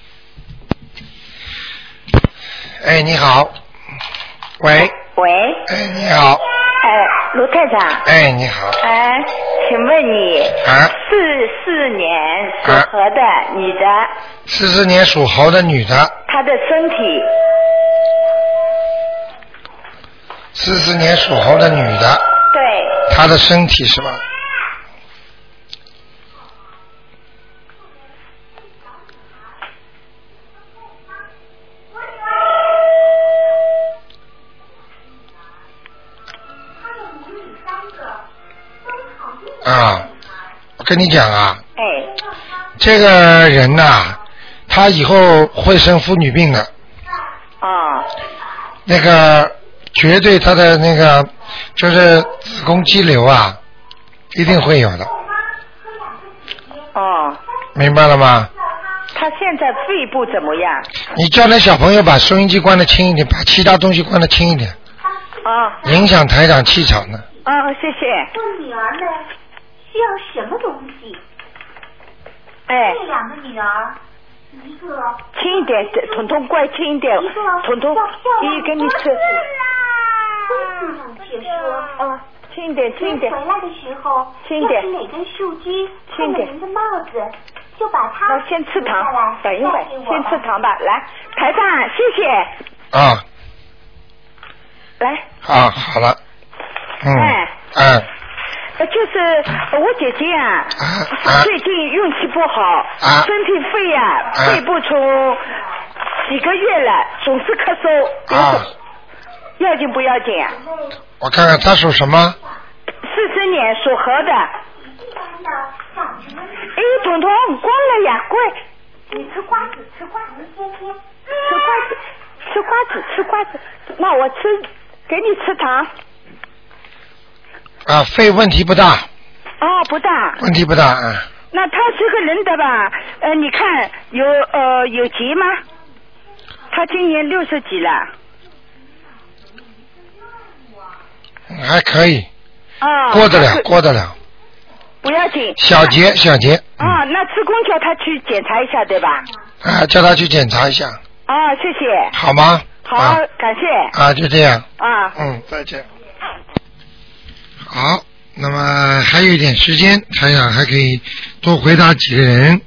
哎，你好。喂。 喂。 哎，你好。 哎，卢台长。 哎，你好。 哎，请问你啊？ 四四年属猴的女的。 四四年属猴的女的。 她的身体。 四四年属猴的女的。 对。 她的身体是吧？啊，我跟你讲啊。 哎。 这个人呐、啊，他以后会生妇女病的。 啊。 那个绝对他的那个就是子宫肌瘤啊，一定会有的。 哦。 明白了吗？ 他现在肺部怎么样？ 你叫那小朋友把收音机关得轻一点，把其他东西关得轻一点。 啊。 影响台长气场的。 啊，谢谢。 问女儿们需要什么东西？ 哎。 这两个女儿，一个轻一点，彤彤乖，轻一点。彤彤，一给你吃。 灰姑娘却说：“ 啊，轻一点，轻一点。 回来的时候， 轻一点。 要是哪根树枝轻一点。 人的帽子，就把它。 那先吃糖，等一会儿，先吃糖吧。来，台长，谢谢。 啊。 来。 啊，好了。嗯。 哎。 嗯。 呃，就是我姐姐啊， 啊最近运气不好， 啊、 身体肺呀、啊，肺部从几个月了，总是咳嗽。 啊。 要紧不要紧啊？ 我看看他属什么？ 四十年属猴的。哎，彤彤，光了呀，乖。 你吃瓜子，吃瓜子，天天吃瓜子，吃瓜子，吃瓜子。那我吃，给你吃糖。 啊，肺问题不大。 哦，不大。 问题不大，嗯。 那他这个人的吧，呃，你看有呃有结吗？他今年六十几了。 还可以。 啊。 过得了，过得了。 不要紧。 小结，小结。 啊，那职工叫他去检查一下，对吧？ 啊，叫他去检查一下。 啊，谢谢。 好吗？ 好， 啊、 感谢。 啊，就这样。 啊。 嗯，再见。好，那么还有一点时间，台长还可以多回答几个人。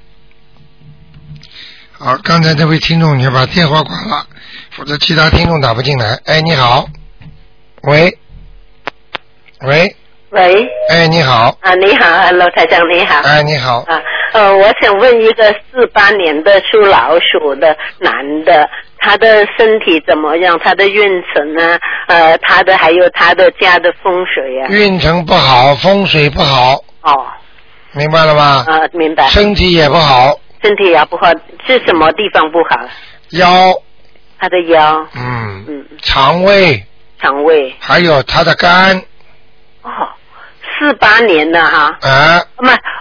好，刚才这位听众你要把电话挂了，否则其他听众打不进来。哎，你好，喂，喂， 喂， 哎，你好， 啊，你好，罗台长，你好， 哎，你好， 啊，呃，我想问一个四八年的属老鼠的男的，他的身体怎么样？他的运程呢？呃，他的还有他的家的风水啊？ 运程不好，风水不好。 哦， 明白了吗？ 啊，明白。 身体也不好。 身体也不好，是什么地方不好？ 腰。 他的腰。 嗯。 嗯。 肠胃。 肠胃。 还有他的肝。 哦，四八年的哈。 啊。 那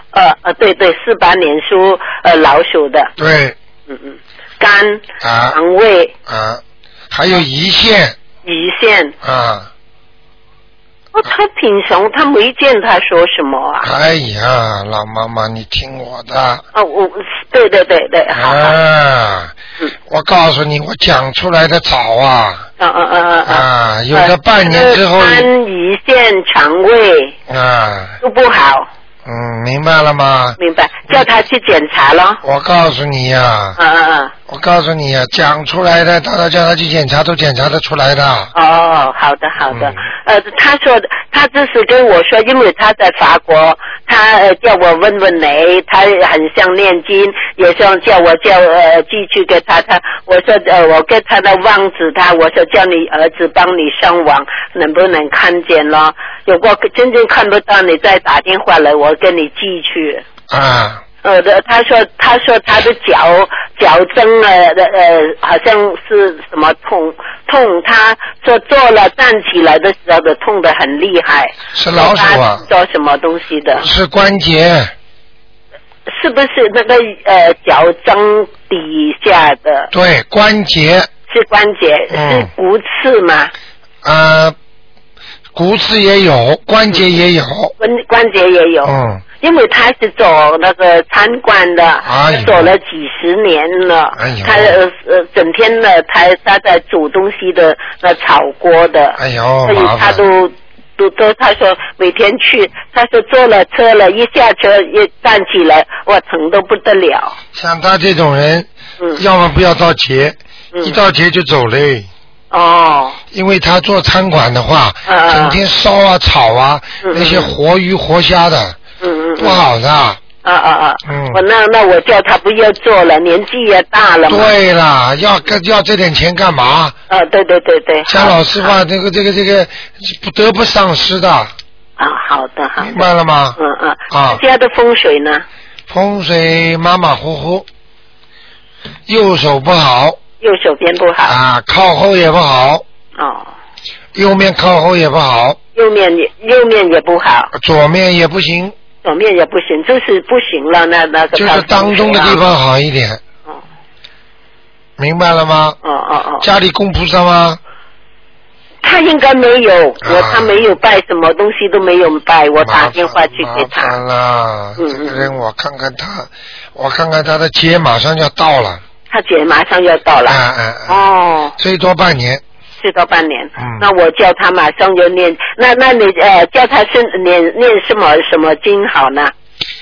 呃呃，对对，四八年属呃老鼠的。 对。 嗯嗯，肝、 啊、 肠胃啊，还有胰腺。 胰腺。 啊。 哦，他平常他没见他说什么啊？ 哎呀，老妈妈，你听我的。 哦，我对对对对。 啊，嗯、我告诉你，我讲出来的早啊。 啊啊啊啊！ 啊，有的半年之后。 肝、胰腺、肠胃。 啊。 都不好。 嗯，明白了吗？ 明白，叫他去检查了。 我告诉你呀、啊。 啊啊啊！ 我告诉你呀、啊，讲出来的，到时叫他去检查，都检查得出来的。 哦，好的好的。嗯、呃，他说他只是跟我说，因为他在法国，他呃叫我问问你，他很想念经，也想叫我叫呃寄去给他。他我说呃我给他的网址，他我说叫你儿子帮你上网，能不能看见了？如果真正看不到，你再打电话来，我给你寄去。 啊。 呃的，他说他说他的脚脚蹬呃呃好像是什么痛痛，他说坐了站起来的时候的痛得很厉害。 是老鼠啊？ 做什么东西的？ 是关节。 是不是那个呃脚蹬底下的？ 对，关节。 是关节， 嗯、 是骨刺吗？ 呃，骨刺也有，关节也有。 关关节也有。 嗯。 因为他是做那个餐馆的， 哎、 做了几十年了。 哎、 他呃呃整天呢，他他在煮东西的那炒锅的。 哎呦， 所以他都都都他说每天去，他说坐了车了，一下车一站起来，哇，疼得不得了。 像他这种人， 嗯， 要么不要到节， 嗯、 一到节就走嘞。 哦。 因为他做餐馆的话， 嗯、 整天烧啊炒啊， 嗯、 那些活鱼活虾的。 嗯嗯， 不好的。啊啊啊！ 嗯， 我那那我叫他不要做了，年纪也大了嘛。 对了，要要这点钱干嘛？ 啊，对对对对。 讲老实话，这个这个这个不得不丧失的。 啊，好的好的。 明白了吗？ 嗯嗯。 啊。 家的风水呢？ 风水马马虎虎，右手不好。 右手边不好。 啊，靠后也不好。 哦。 右面靠后也不好。 右面也右面也不好。 左面也不行。 左面也不行，就是不行了，那那个。 就是当中的地方好一点。 哦。 明白了吗？ 哦哦哦。 家里供菩萨吗？ 他应该没有， 啊、 我他没有拜，什么东西都没有拜，我打电话去给他。 麻烦了， 嗯、 这个人我看看他，我看看他的节马上要到了。 他节马上要到了。 嗯嗯嗯。 哦。 最多半年。 最多半年。 嗯。 那我叫他马上就念，那那你呃叫他是念念什么什么经好呢？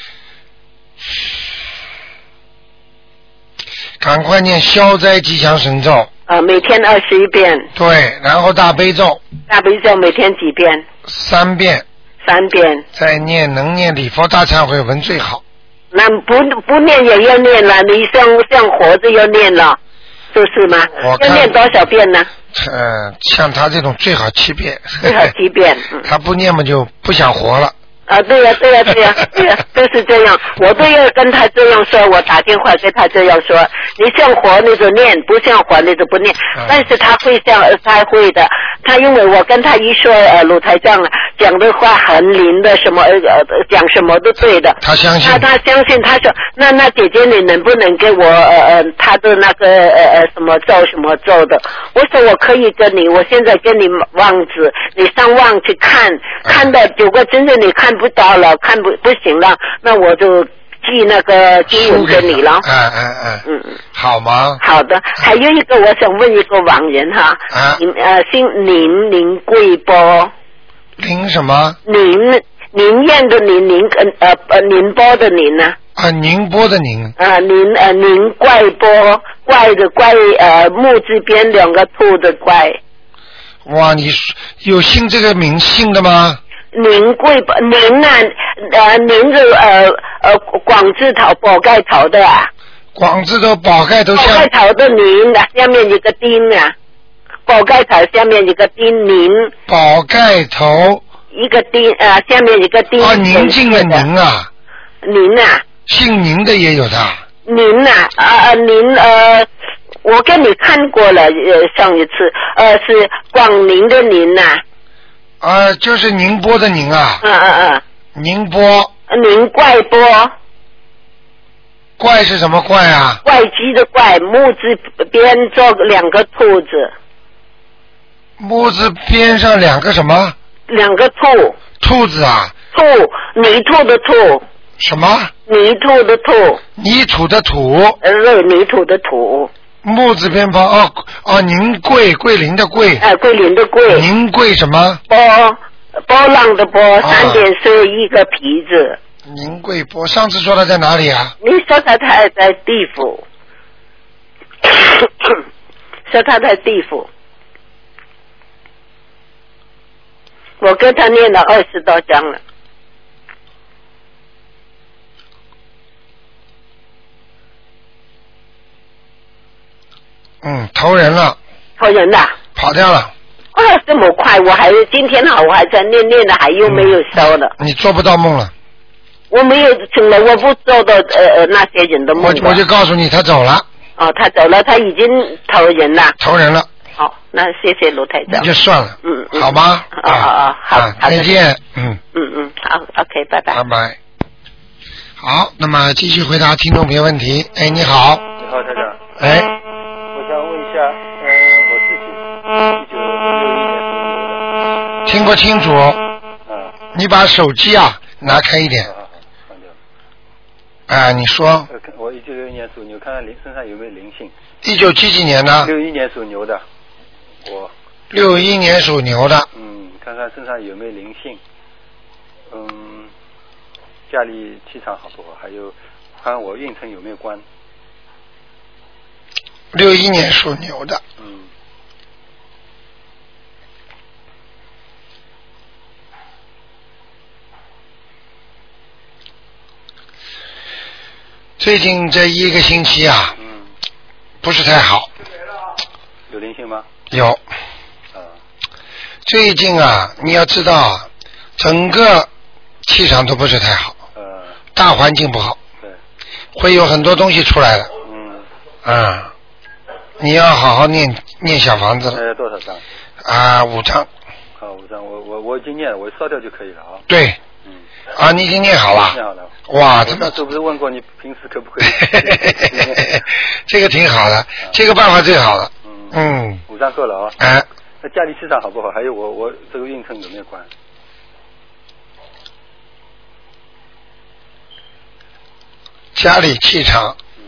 赶快念消灾吉祥神咒。 啊，每天二十一遍。 对，然后大悲咒。 大悲咒每天几遍？ 三遍。 三遍。 再念能念礼佛大忏悔文最好。 那不不念也要念了，你像像活着要念了，就是吗？要念多少遍呢？ 呃，像他这种最好七遍。 最好七遍。 嗯、他不念嘛就不想活了。 啊，对呀、啊，对呀、啊，对呀、啊，对呀、啊，都是这样。我都要跟他这样说，我打电话跟他这样说。你想活你就念，不想活你就不念。嗯、但是他会像他会的，他因为我跟他一说，呃，鲁台长讲的话很灵的，什么呃讲什么都对的。 他相信。 他他相信，他说那那姐姐你能不能给我呃呃他的那个呃呃什么咒什么咒的？我说我可以跟你，我现在跟你网址，你上网去看，嗯、看到如果真的你看不到了，看不不行了，那我就寄那个经文给你了。 嗯嗯嗯。嗯嗯。好吗？ 好的，还有一个我想问一个网人哈， 啊， 呃，姓林，林贵波。 林什么？ 林宁燕的宁，宁呃呃宁波的宁呢？ 啊，宁波的宁。 啊，宁呃宁怪波，怪的怪呃木字边两个兔的怪。 哇，你有姓这个名姓的吗？ 宁贵波，宁啊呃宁是呃呃广字头宝盖头的啊。 广字头宝盖头。 宝盖头的宁啊，下面一个丁啊。宝盖头下面一个丁宁。 宝盖头。 一个丁呃，下面一个丁。 哦，宁静的宁啊。 宁啊。 姓宁的也有他。 宁啊啊宁呃，我跟你看过了，呃上一次呃是广宁的宁呐。 啊，就是宁波的宁啊。 嗯嗯嗯。 宁波。 宁怪波。 怪是什么怪啊？ 怪鸡的怪，木字边做两个兔子。 木字边上两个什么？ 两个兔。 兔子啊？ 兔，泥土的土。 什么？ 泥土的土。 泥土的土。 呃，对，泥土的土。 木字边旁哦哦，宁桂桂林的桂。 哎、呃，桂林的桂。 宁桂什么？ 波波浪的波，三点水一个皮字。 宁桂波，上次说他在哪里啊？ 你说他他在地府，说他在地府。我跟他念了二十多章了。 嗯，投人了。 投人了。 跑掉了。 啊，这么快！我还今天好，我还在念念的，还又没有收了。 嗯、你做不到梦了。 我没有请了，我不做的呃呃那些人的梦。 我我就告诉你，他走了。 哦，他走了，他已经投人了。 投人了。 好，那谢谢卢台长。 那就算了。 嗯嗯。 好吗？ 啊啊啊！好， 啊、再见。嗯。 嗯嗯，好 ，OK， 拜拜。 拜拜。好，那么继续回答听众朋友问题。哎，你好。 你好，台长。 哎。 我想问一下，嗯、呃，我自己一九六一年属牛的。 听不清楚。 嗯。 你把手机啊拿开一点。 好好好，放掉。 啊，你说。 我一九六一年属牛，看看灵身上有没有灵性。 一九几几年呢？ 六一年属牛的，我。 六一年属牛的。 嗯，看看身上有没有灵性。嗯，家里气场好不好？还有，看看我运程有没有关。 六一年属牛的。 嗯。 最近这一个星期啊， 嗯， 不是太好。 有灵性吗？ 有。 啊。 最近啊，你要知道啊，整个气场都不是太好。 呃。 大环境不好。 对。 会有很多东西出来的。 嗯。 啊，你要好好念念小房子了。 呃，多少张？ 啊，五张。 好，五张，我我我已经念了，我烧掉就可以了啊。 对。 嗯。 啊，你已经念好了。 念好了。 哇，这么。 是不是问过你平时可不可以？ 这个挺好的，啊、这个办法最好了。 嗯。 嗯。 五张够了啊。 哎。 那家里气场好不好？还有我我这个运程有没有关？ 家里气场。 嗯。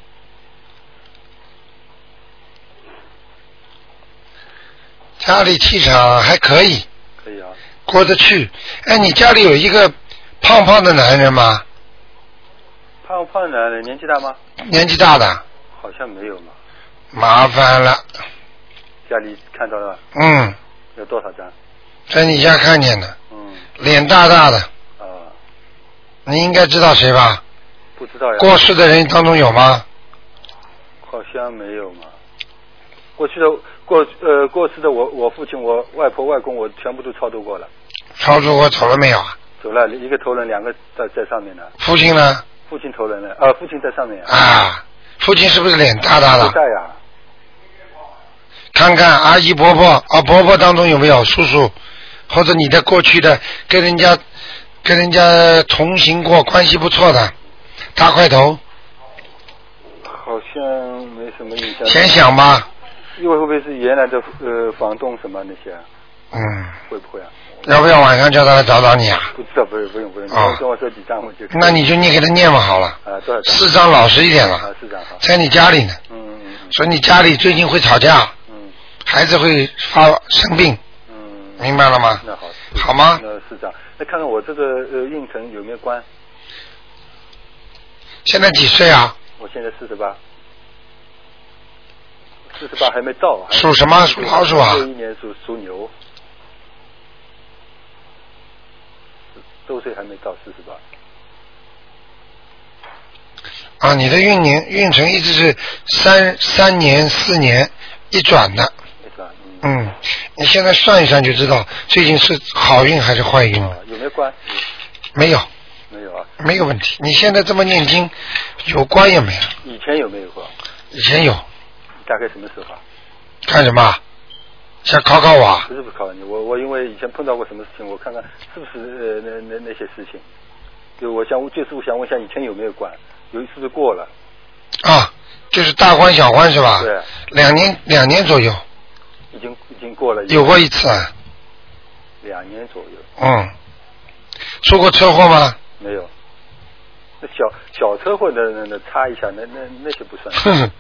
家里气场还可以。 可以啊。 过得去。哎，你家里有一个胖胖的男人吗？ 胖胖的男人年纪大吗？ 年纪大的。 好像没有嘛。 麻烦了。 家里看到了。 嗯。 有多少张？ 在你家看见的。 嗯。 脸大大的。 啊。 你应该知道谁吧？ 不知道呀。 过世的人当中有吗？ 好像没有嘛。过去的过呃过世的我我父亲我外婆外公我全部都超度过了。 超度过走了没有啊？ 走了，一个头人，两个在在上面呢。 父亲呢？ 父亲头人了，啊，父亲在上面。 啊，父亲是不是脸大大的？ 大呀。 看看阿姨伯伯啊，伯伯当中有没有叔叔，或者你的过去的跟人家跟人家同行过，关系不错的大块头。 好像没什么印象。 先想吧。 因为会不会是原来的呃房东什么那些啊？ 嗯。 会不会啊？ 要不要晚上叫他来找找你啊？ 不知道，不用不用不用，你跟我说几张我就。 那你就念给他念嘛好了。 啊，多少张？ 四张老实一点了。 啊，四张好。 在你家里呢。 嗯嗯嗯。 所以你家里最近会吵架。 嗯。 孩子会发生病。 嗯。 明白了吗？ 那好。 好吗？ 那四张，那看看我这个呃运程有没有关？ 现在几岁啊？ 我现在四十八。四十八还没到。 属什么？属老鼠啊？ 六一年属属牛。周岁还没到四十八。 啊，你的运年运程一直是三三年四年一转的。 一转。 嗯。嗯，你现在算一算就知道最近是好运还是坏运了。 啊，有没有关？ 没有。 没有啊。 没有问题。你现在这么念经，有关也没有。 以前有没有过？ 以前有。 大概什么时候啊？ 看什么？想考考我啊？ 不是不考你，我我因为以前碰到过什么事情，我看看是不是呃那那那些事情。 就我想就是我想问一下，以前有没有关？有一次是过了。 啊，就是大欢小欢是吧？ 对。 两年两年左右。 已经已经过了。 有过一次啊。 两年左右。 嗯。出过车祸吗？ 没有。那小小车祸的那那擦一下，那那那些不算。 哼。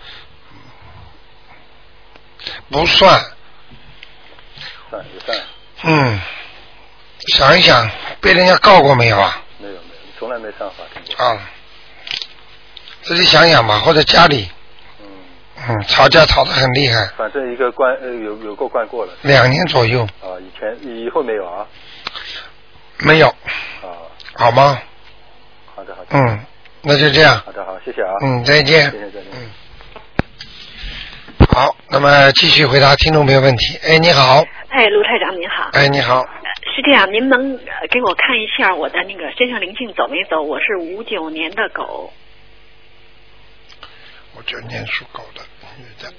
不算。 算也算。 嗯。想一想，被人家告过没有啊？ 没有没有，从来没上法庭过。 啊。自己想想吧，或者家里。嗯。嗯，吵架吵得很厉害。 反正一个关呃有有过关过了。 两年左右。 啊，以前以后没有啊。 没有。 啊。 好吗？ 好的好的。 嗯，那就这样。 好的好，谢谢啊。 嗯，再见。 谢谢再见。 嗯。好，那么继续回答听众朋友问题。哎，你好。 哎，卢台长您好。 哎，你好。 是这样，您能给我看一下我的那个身上灵性走没走？我是五九年的狗。 五九年属狗的女的。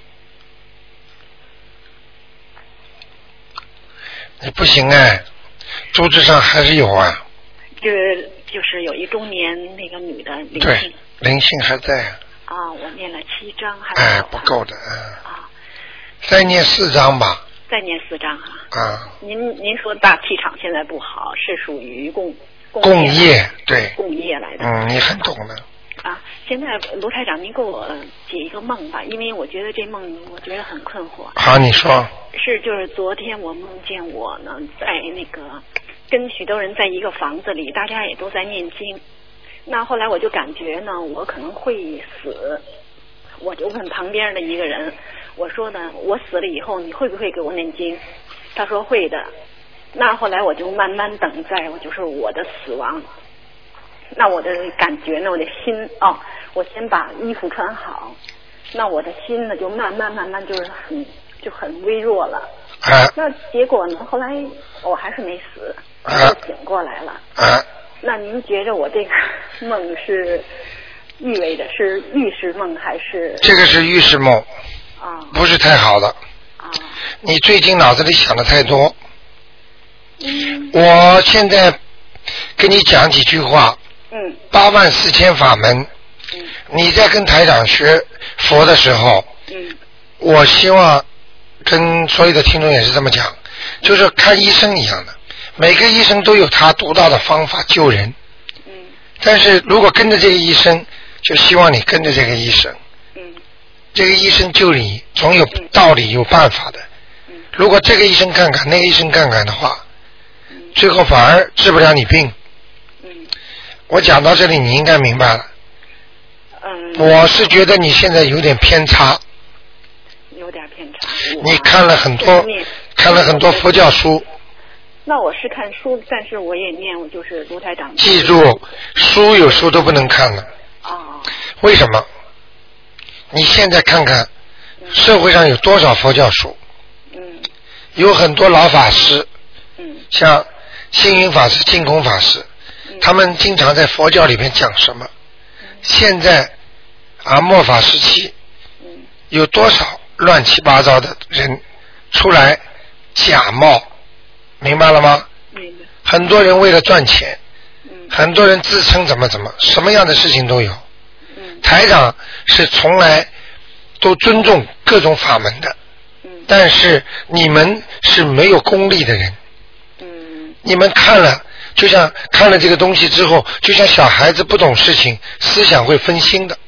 你不行哎，组织上还是有啊。 就是就是有一中年那个女的灵性。 对，灵性还在。 啊，我念了七章还是？ 哎，不够的。啊。再念四章吧。 再念四章哈。 啊。 您您说大气场现在不好，是属于共共业对。 共业来的。 嗯，你很懂的。 啊，现在卢台长，您给我解一个梦吧，因为我觉得这梦我觉得很困惑。 好，你说。 是，就是昨天我梦见我呢，在那个跟许多人在一个房子里，大家也都在念经。那后来我就感觉呢，我可能会死，我就问旁边的一个人，我说呢，我死了以后你会不会给我念经？他说会的。那后来我就慢慢等待，我就是我的死亡。那我的感觉呢，我的心哦，我先把衣服穿好，那我的心呢就慢慢慢慢就是很就很微弱了。 啊。 那结果呢，后来我还是没死，我就醒过来了。 啊。 那您觉着我这个梦是意味着是预示梦还是？ 这个是预示梦。 啊。 不是太好的。 啊。 你最近脑子里想的太多。 嗯。 我现在跟你讲几句话。 嗯。 八万四千法门。嗯。你在跟台长学佛的时候。 嗯。 我希望跟所有的听众也是这么讲，就是看医生一样的，每个医生都有他独到的方法救人。嗯。但是如果跟着这个医生，就希望你跟着这个医生。嗯。这个医生救你，总有道理、有办法的。嗯。如果这个医生看看，那个医生看看的话，嗯。最后反而治不了你病。嗯。我讲到这里，你应该明白了。嗯。我是觉得你现在有点偏差。 有点偏差。 你看了很多，看了很多佛教书。 那我是看书，但是我也念，我就是卢台长。 记住，书有时候都不能看了。 啊。 为什么？你现在看看，社会上有多少佛教书？嗯。有很多老法师。嗯。像星云法师、净空法师，嗯、他们经常在佛教里面讲什么？嗯、现在啊，末法时期，嗯、有多少乱七八糟的人出来假冒？明白了吗？明白。很多人为了赚钱，嗯、很多人自称怎么怎么，什么样的事情都有。嗯、台长是从来都尊重各种法门的，嗯、但是你们是没有功力的人。嗯、你们看了，就像看了这个东西之后，就像小孩子不懂事情，思想会分心的。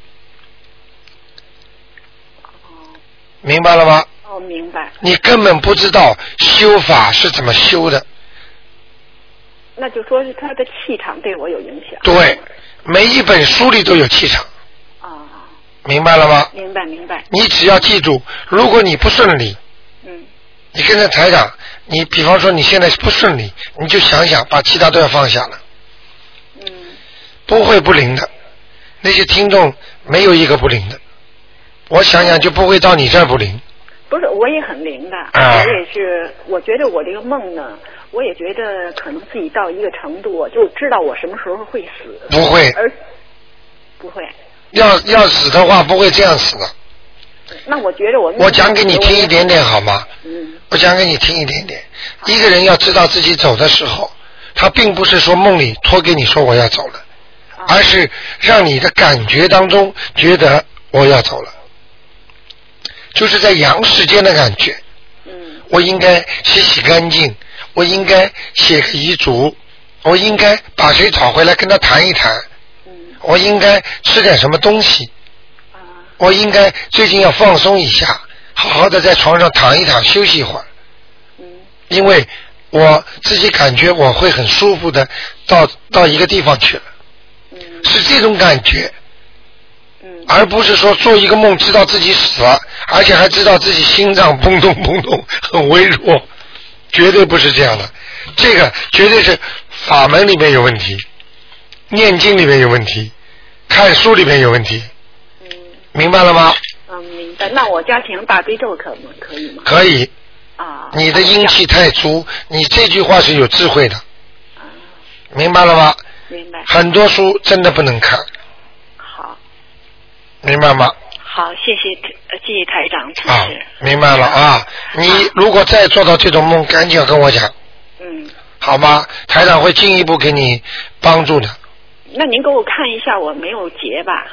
明白了吗？ 哦，明白。 你根本不知道修法是怎么修的。 那就说是他的气场对我有影响。 对，每一本书里都有气场。啊、哦。明白了吗？ 明白明白。 你只要记住，如果你不顺利，嗯，你跟着台长，你比方说你现在不顺利，你就想想把其他都要放下了。嗯。不会不灵的，那些听众没有一个不灵的。我想想就不会到你这儿不灵。 不是，我也很灵的，啊、我也是。我觉得我这个梦呢，我也觉得可能自己到一个程度，我就知道我什么时候会死。 不会。 而不会。 要要死的话，不会这样死的。 那我觉得我我讲给你听一点点好吗？嗯。我讲给你听一点点。一个人要知道自己走的时候， 他并不是说梦里托给你说我要走了，而是让你的感觉当中觉得我要走了，就是在阳世间的感觉。我应该洗洗干净，我应该写个遗嘱，我应该把谁找回来跟他谈一谈，我应该吃点什么东西，我应该最近要放松一下，好好的在床上躺一躺休息一会儿，因为我自己感觉我会很舒服的到到一个地方去了，是这种感觉，而不是说做一个梦知道自己死了，而且还知道自己心脏砰咚砰咚很微弱，绝对不是这样的，这个绝对是法门里面有问题，念经里面有问题，看书里面有问题，明白了吗？ 嗯，明白。那我家庭大悲咒可吗？可以吗？ 可以。 啊。 你的阴气太足，你这句话是有智慧的，明白了吗？ 明白。 很多书真的不能看。 好。 明白吗？ 好，谢谢呃谢谢台长支持。 啊，明白了啊！你如果再做到这种梦，赶紧要跟我讲。 嗯。 好吗？台长会进一步给你帮助的。 那您给我看一下，我没有结吧？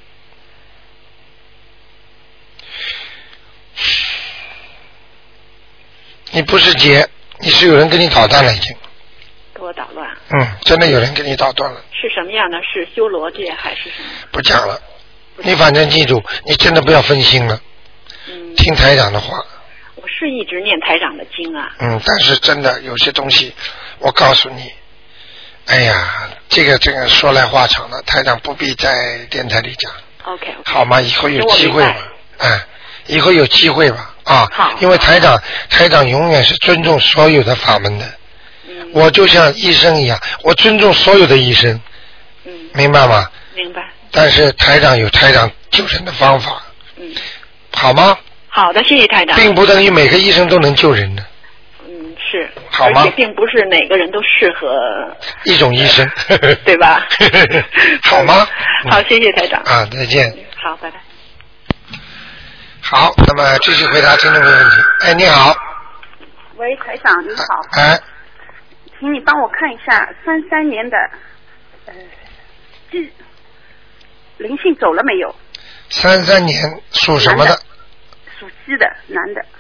你不是结，你是有人跟你捣蛋了已经。 给我捣乱。 嗯，真的有人跟你捣乱了。 是什么样的？是修罗界还是什么？ 不讲了，你反正记住，你真的不要分心了。嗯。听台长的话。 我是一直念台长的经啊。 嗯，但是真的有些东西，我告诉你，哎呀，这个这个说来话长了，台长不必在电台里讲。 OK, okay. 好吗？以后有机会吧，哎，以后有机会吧，啊， 好， 因为台长台长永远是尊重所有的法门的，嗯，我就像医生一样，我尊重所有的医生，嗯，明白吗？ 明白。 但是台长有台长救人的方法， 嗯， 好吗？ 好的，谢谢台长。 并不等于每个医生都能救人的。 嗯，是。 好吗？ 而且并不是哪个人都适合一种医生， 对吧？ 好吗？ 好，谢谢台长。 啊，再见。 好，拜拜。 好，那么继续回答听众朋友问题。哎，你好。 喂，台长，你好。 哎。 请你帮我看一下三三年的，呃，鸡灵性走了没有？ 三三年属什么的？ 属鸡的，男的。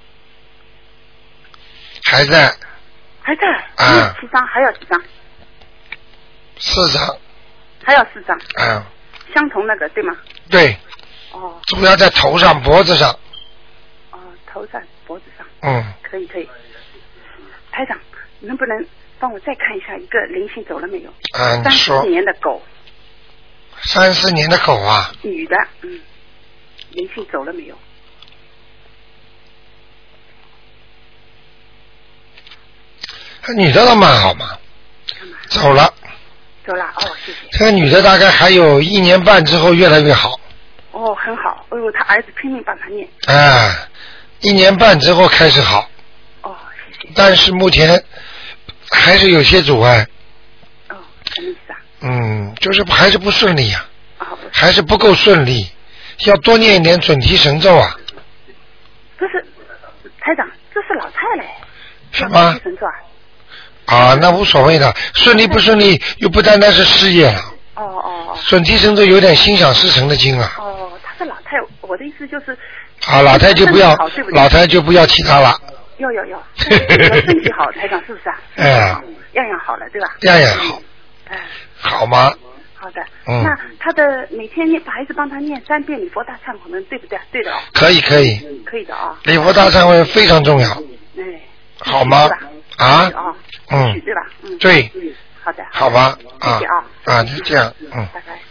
还在。 还在。 啊。 七张，还有几张？ 四张。 还有四张。 嗯。 相同那个对吗？ 对。 哦。 主要在头上、脖子上。 哦，头上、脖子上。 嗯。 可以可以。台长，能不能帮我再看一下一个灵性走了没有？ 嗯，你说。 三四年的狗。 三四年的狗啊。 女的，嗯，灵性走了没有？ 女的倒蛮好嘛，走了。 走了哦，谢谢。 这个女的大概还有一年半之后越来越好。 哦，很好。哎呦，他儿子拼命帮他念。 哎，一年半之后开始好。 哦，谢谢。 但是目前还是有些阻碍。 哦，什么意思啊？ 嗯，就是还是不顺利呀、 啊。哦。 还是不够顺利，要多念一点准提神咒啊。 这是台长，这是老太嘞。 什么？ 神咒啊？ 啊，那无所谓的，顺利不顺利又不单单是事业了。 哦哦哦。 准提神咒有点心想事成的经啊。 哦，她是老太，我的意思就是。 好，老太就不要，老太就不要其他了。 要要要，身体好，台长是不是啊？ 哎呀。 样样好了，对吧？ 样样好。 哎。 好吗？ 好的。 嗯。 那他的每天念，还是帮他念三遍礼佛大忏悔文，对不对？对的哦。 可以可以。 可以的啊。 礼佛大忏悔非常重要。 哎。 好吗？啊。嗯， 对吧？嗯， 对， 嗯，好的， 好吧， 啊，谢谢啊， 啊，就这样，嗯， 拜拜。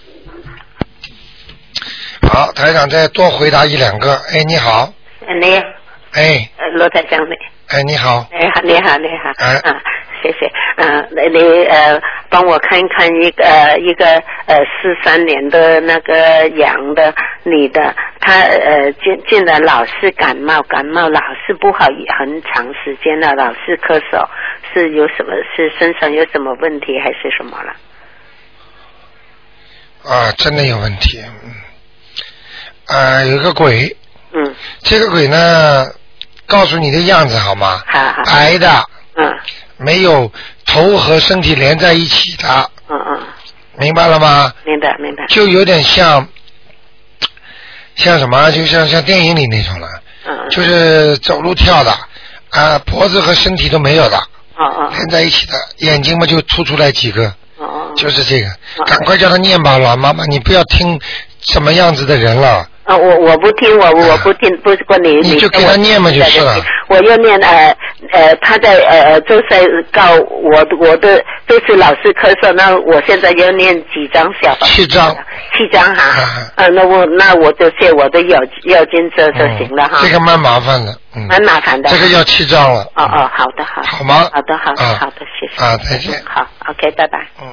好，台长再多回答一两个。哎，你好。 你。 哎。 罗台长你。 哎，你好。 哎，你好，你好。 哎。 啊，谢谢。嗯、呃，你呃帮我看看一个呃一个呃四三年的那个羊的女的，她呃现现在老是感冒，感冒老是不好，很长时间了，老是咳嗽，是有什么？是身上有什么问题还是什么了？ 啊，真的有问题，嗯，啊，有个鬼， 嗯， 这个鬼呢，告诉你的样子好吗？ 好好。 白的， 嗯， 没有头和身体连在一起的。 嗯嗯。 明白了吗？ 明白明白。 就有点像，像什么？就像像电影里那种了。 嗯嗯。 就是走路跳的，啊，脖子和身体都没有的。 哦哦。 连在一起的，眼睛嘛就凸出来几个。 哦哦。 就是这个，赶快叫他念吧，老妈妈，你不要听什么样子的人了。 啊，我我不听，我我不听，不是过你你就给他念嘛就是了。 我又念呃呃，他在呃都在告我，我的都是老师咳嗽，那我现在要念几张小房子？ 七张。 七张哈。啊。呃，那我那我就写我的要要经者就行了哈。 这个蛮麻烦的。嗯。 蛮麻烦的。 这个要七张了。 哦哦，好的好。 好吗？ 好的好的好的，谢谢。 啊，再见。 好 ，OK， 拜拜。 嗯。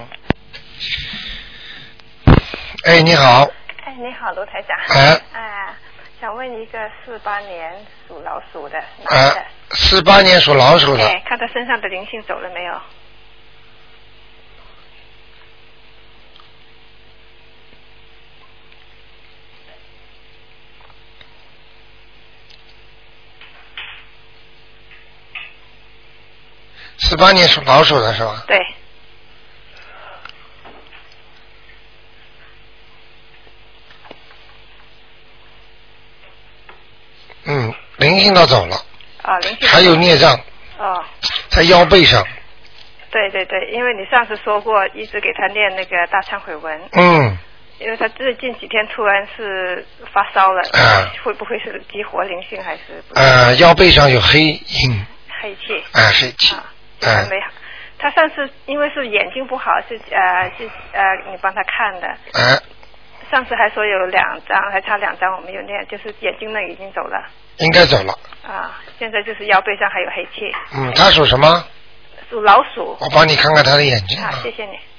哎，你好。 哎，你好，卢台长。 哎。 哎，想问一个四八年属老鼠的男的。 四八年属老鼠的。 哎，看他身上的灵性走了没有？ 四八年属老鼠的是吧？ 对。 嗯，灵性倒走了。 啊，灵性。 还有孽障。 哦。 在腰背上。 对对对，因为你上次说过，一直给他念那个大忏悔文。 嗯。 因为他最近几天突然是发烧了， 啊、 会不会是激活灵性还是？ 呃，腰背上有黑印。 黑气。 啊、呃，黑气。 啊。还没好。他上次因为是眼睛不好，是呃是呃你帮他看的。 啊。 上次还说有两张，还差两张我没有念，就是眼睛那已经走了。 应该走了。 啊，现在就是腰背上还有黑气。 嗯，他属什么？ 属老鼠。 我帮你看看他的眼睛。 啊，谢谢你。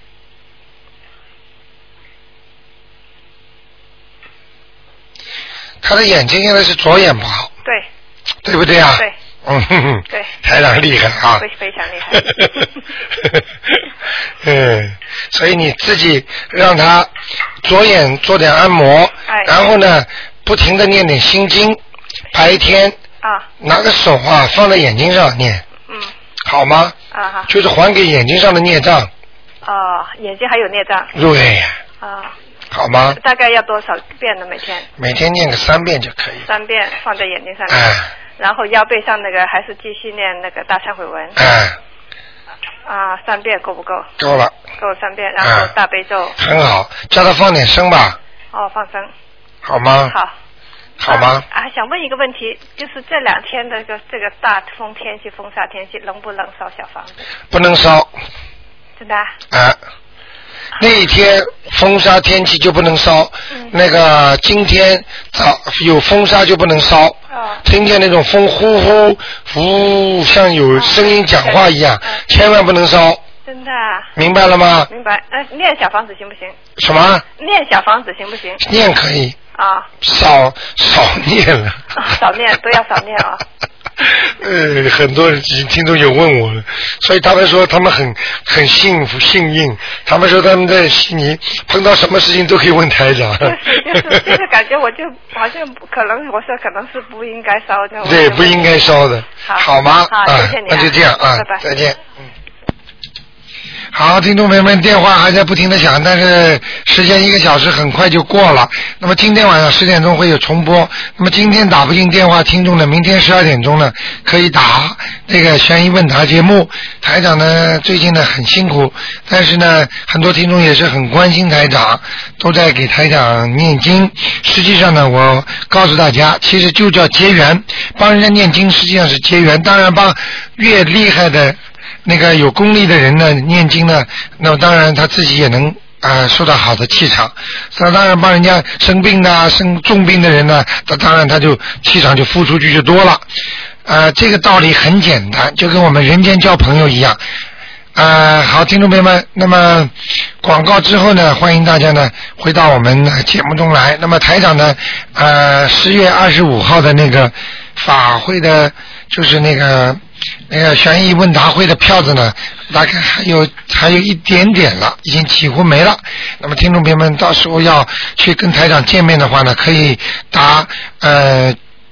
他的眼睛现在是左眼不好。 对。 对不对啊？ 对。 嗯哼哼。 对。 台长厉害啊。 非非常厉害。 嗯，所以你自己让他左眼做点按摩， 哎、 然后呢，不停的念点心经，白天啊， 拿个手啊放在眼睛上念， 嗯， 好吗？ 啊哈， 就是还给眼睛上的孽障。 哦，眼睛还有孽障。 对。 啊。 好吗？ 大概要多少遍呢？每天？ 每天念个三遍就可以。 三遍放在眼睛上面。 哎。 然后腰背上那个还是继续念那个大忏悔文。 哎。 啊，三遍够不够？ 够了。 够三遍，然后大悲咒。 很好，叫他放点声吧。 哦，放声。 好吗？ 好。 好吗？ 啊，想问一个问题，就是这两天的这个这个大风天气、风沙天气，能不能烧小房子？ 不能烧。 真的啊？ 啊。那一天风沙天气就不能烧，嗯、那个今天早有风沙就不能烧。哦、听见那种风呼呼呼，像有声音讲话一样，哦、千万不能烧。 真的、啊？ 明白了吗？ 明白。呃，念小房子行不行？ 什么？ 念小房子行不行？ 念可以。 啊。 少少念了。 啊、少念都要少念啊。 呃，很多人听众有问我了，所以他们说他们很很幸福幸运，他们说他们在悉尼碰到什么事情都可以问台长。 就是就是就是感觉我就好像可能我说可能是不应该烧的。 对，不应该烧的。 好， 好吗？ 好，谢谢你、啊。 那就这样啊， 拜拜， 再见。嗯。好，听众朋友们，电话还在不停的响，但是时间一个小时很快就过了。那么今天晚上十点钟会有重播。那么今天打不进电话听众呢，明天十二点钟呢可以打这个悬疑问答节目。台长呢最近呢很辛苦，但是呢很多听众也是很关心台长，都在给台长念经。实际上呢，我告诉大家，其实就叫结缘，帮人家念经实际上是结缘。当然帮越厉害的那个有功力的人呢念经呢，那么当然他自己也能啊、呃、受到好的气场。那当然帮人家生病的生重病的人呢，他当然他就气场就付出去就多了。呃，这个道理很简单，就跟我们人间交朋友一样。呃，好，听众朋友们，那么广告之后呢，欢迎大家呢回到我们的节目中来。那么台长呢，呃，十月二十五号的那个法会的，就是那个那个悬疑问答会的票子呢，大概还有还有一点点了，已经几乎没了。那么听众朋友们，到时候要去跟台长见面的话呢，可以打呃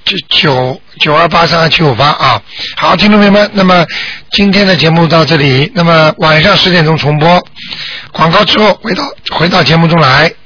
九九九二八三二七五八啊。好，听众朋友们，那么今天的节目到这里，那么晚上十点钟重播，广告之后回到回到节目中来。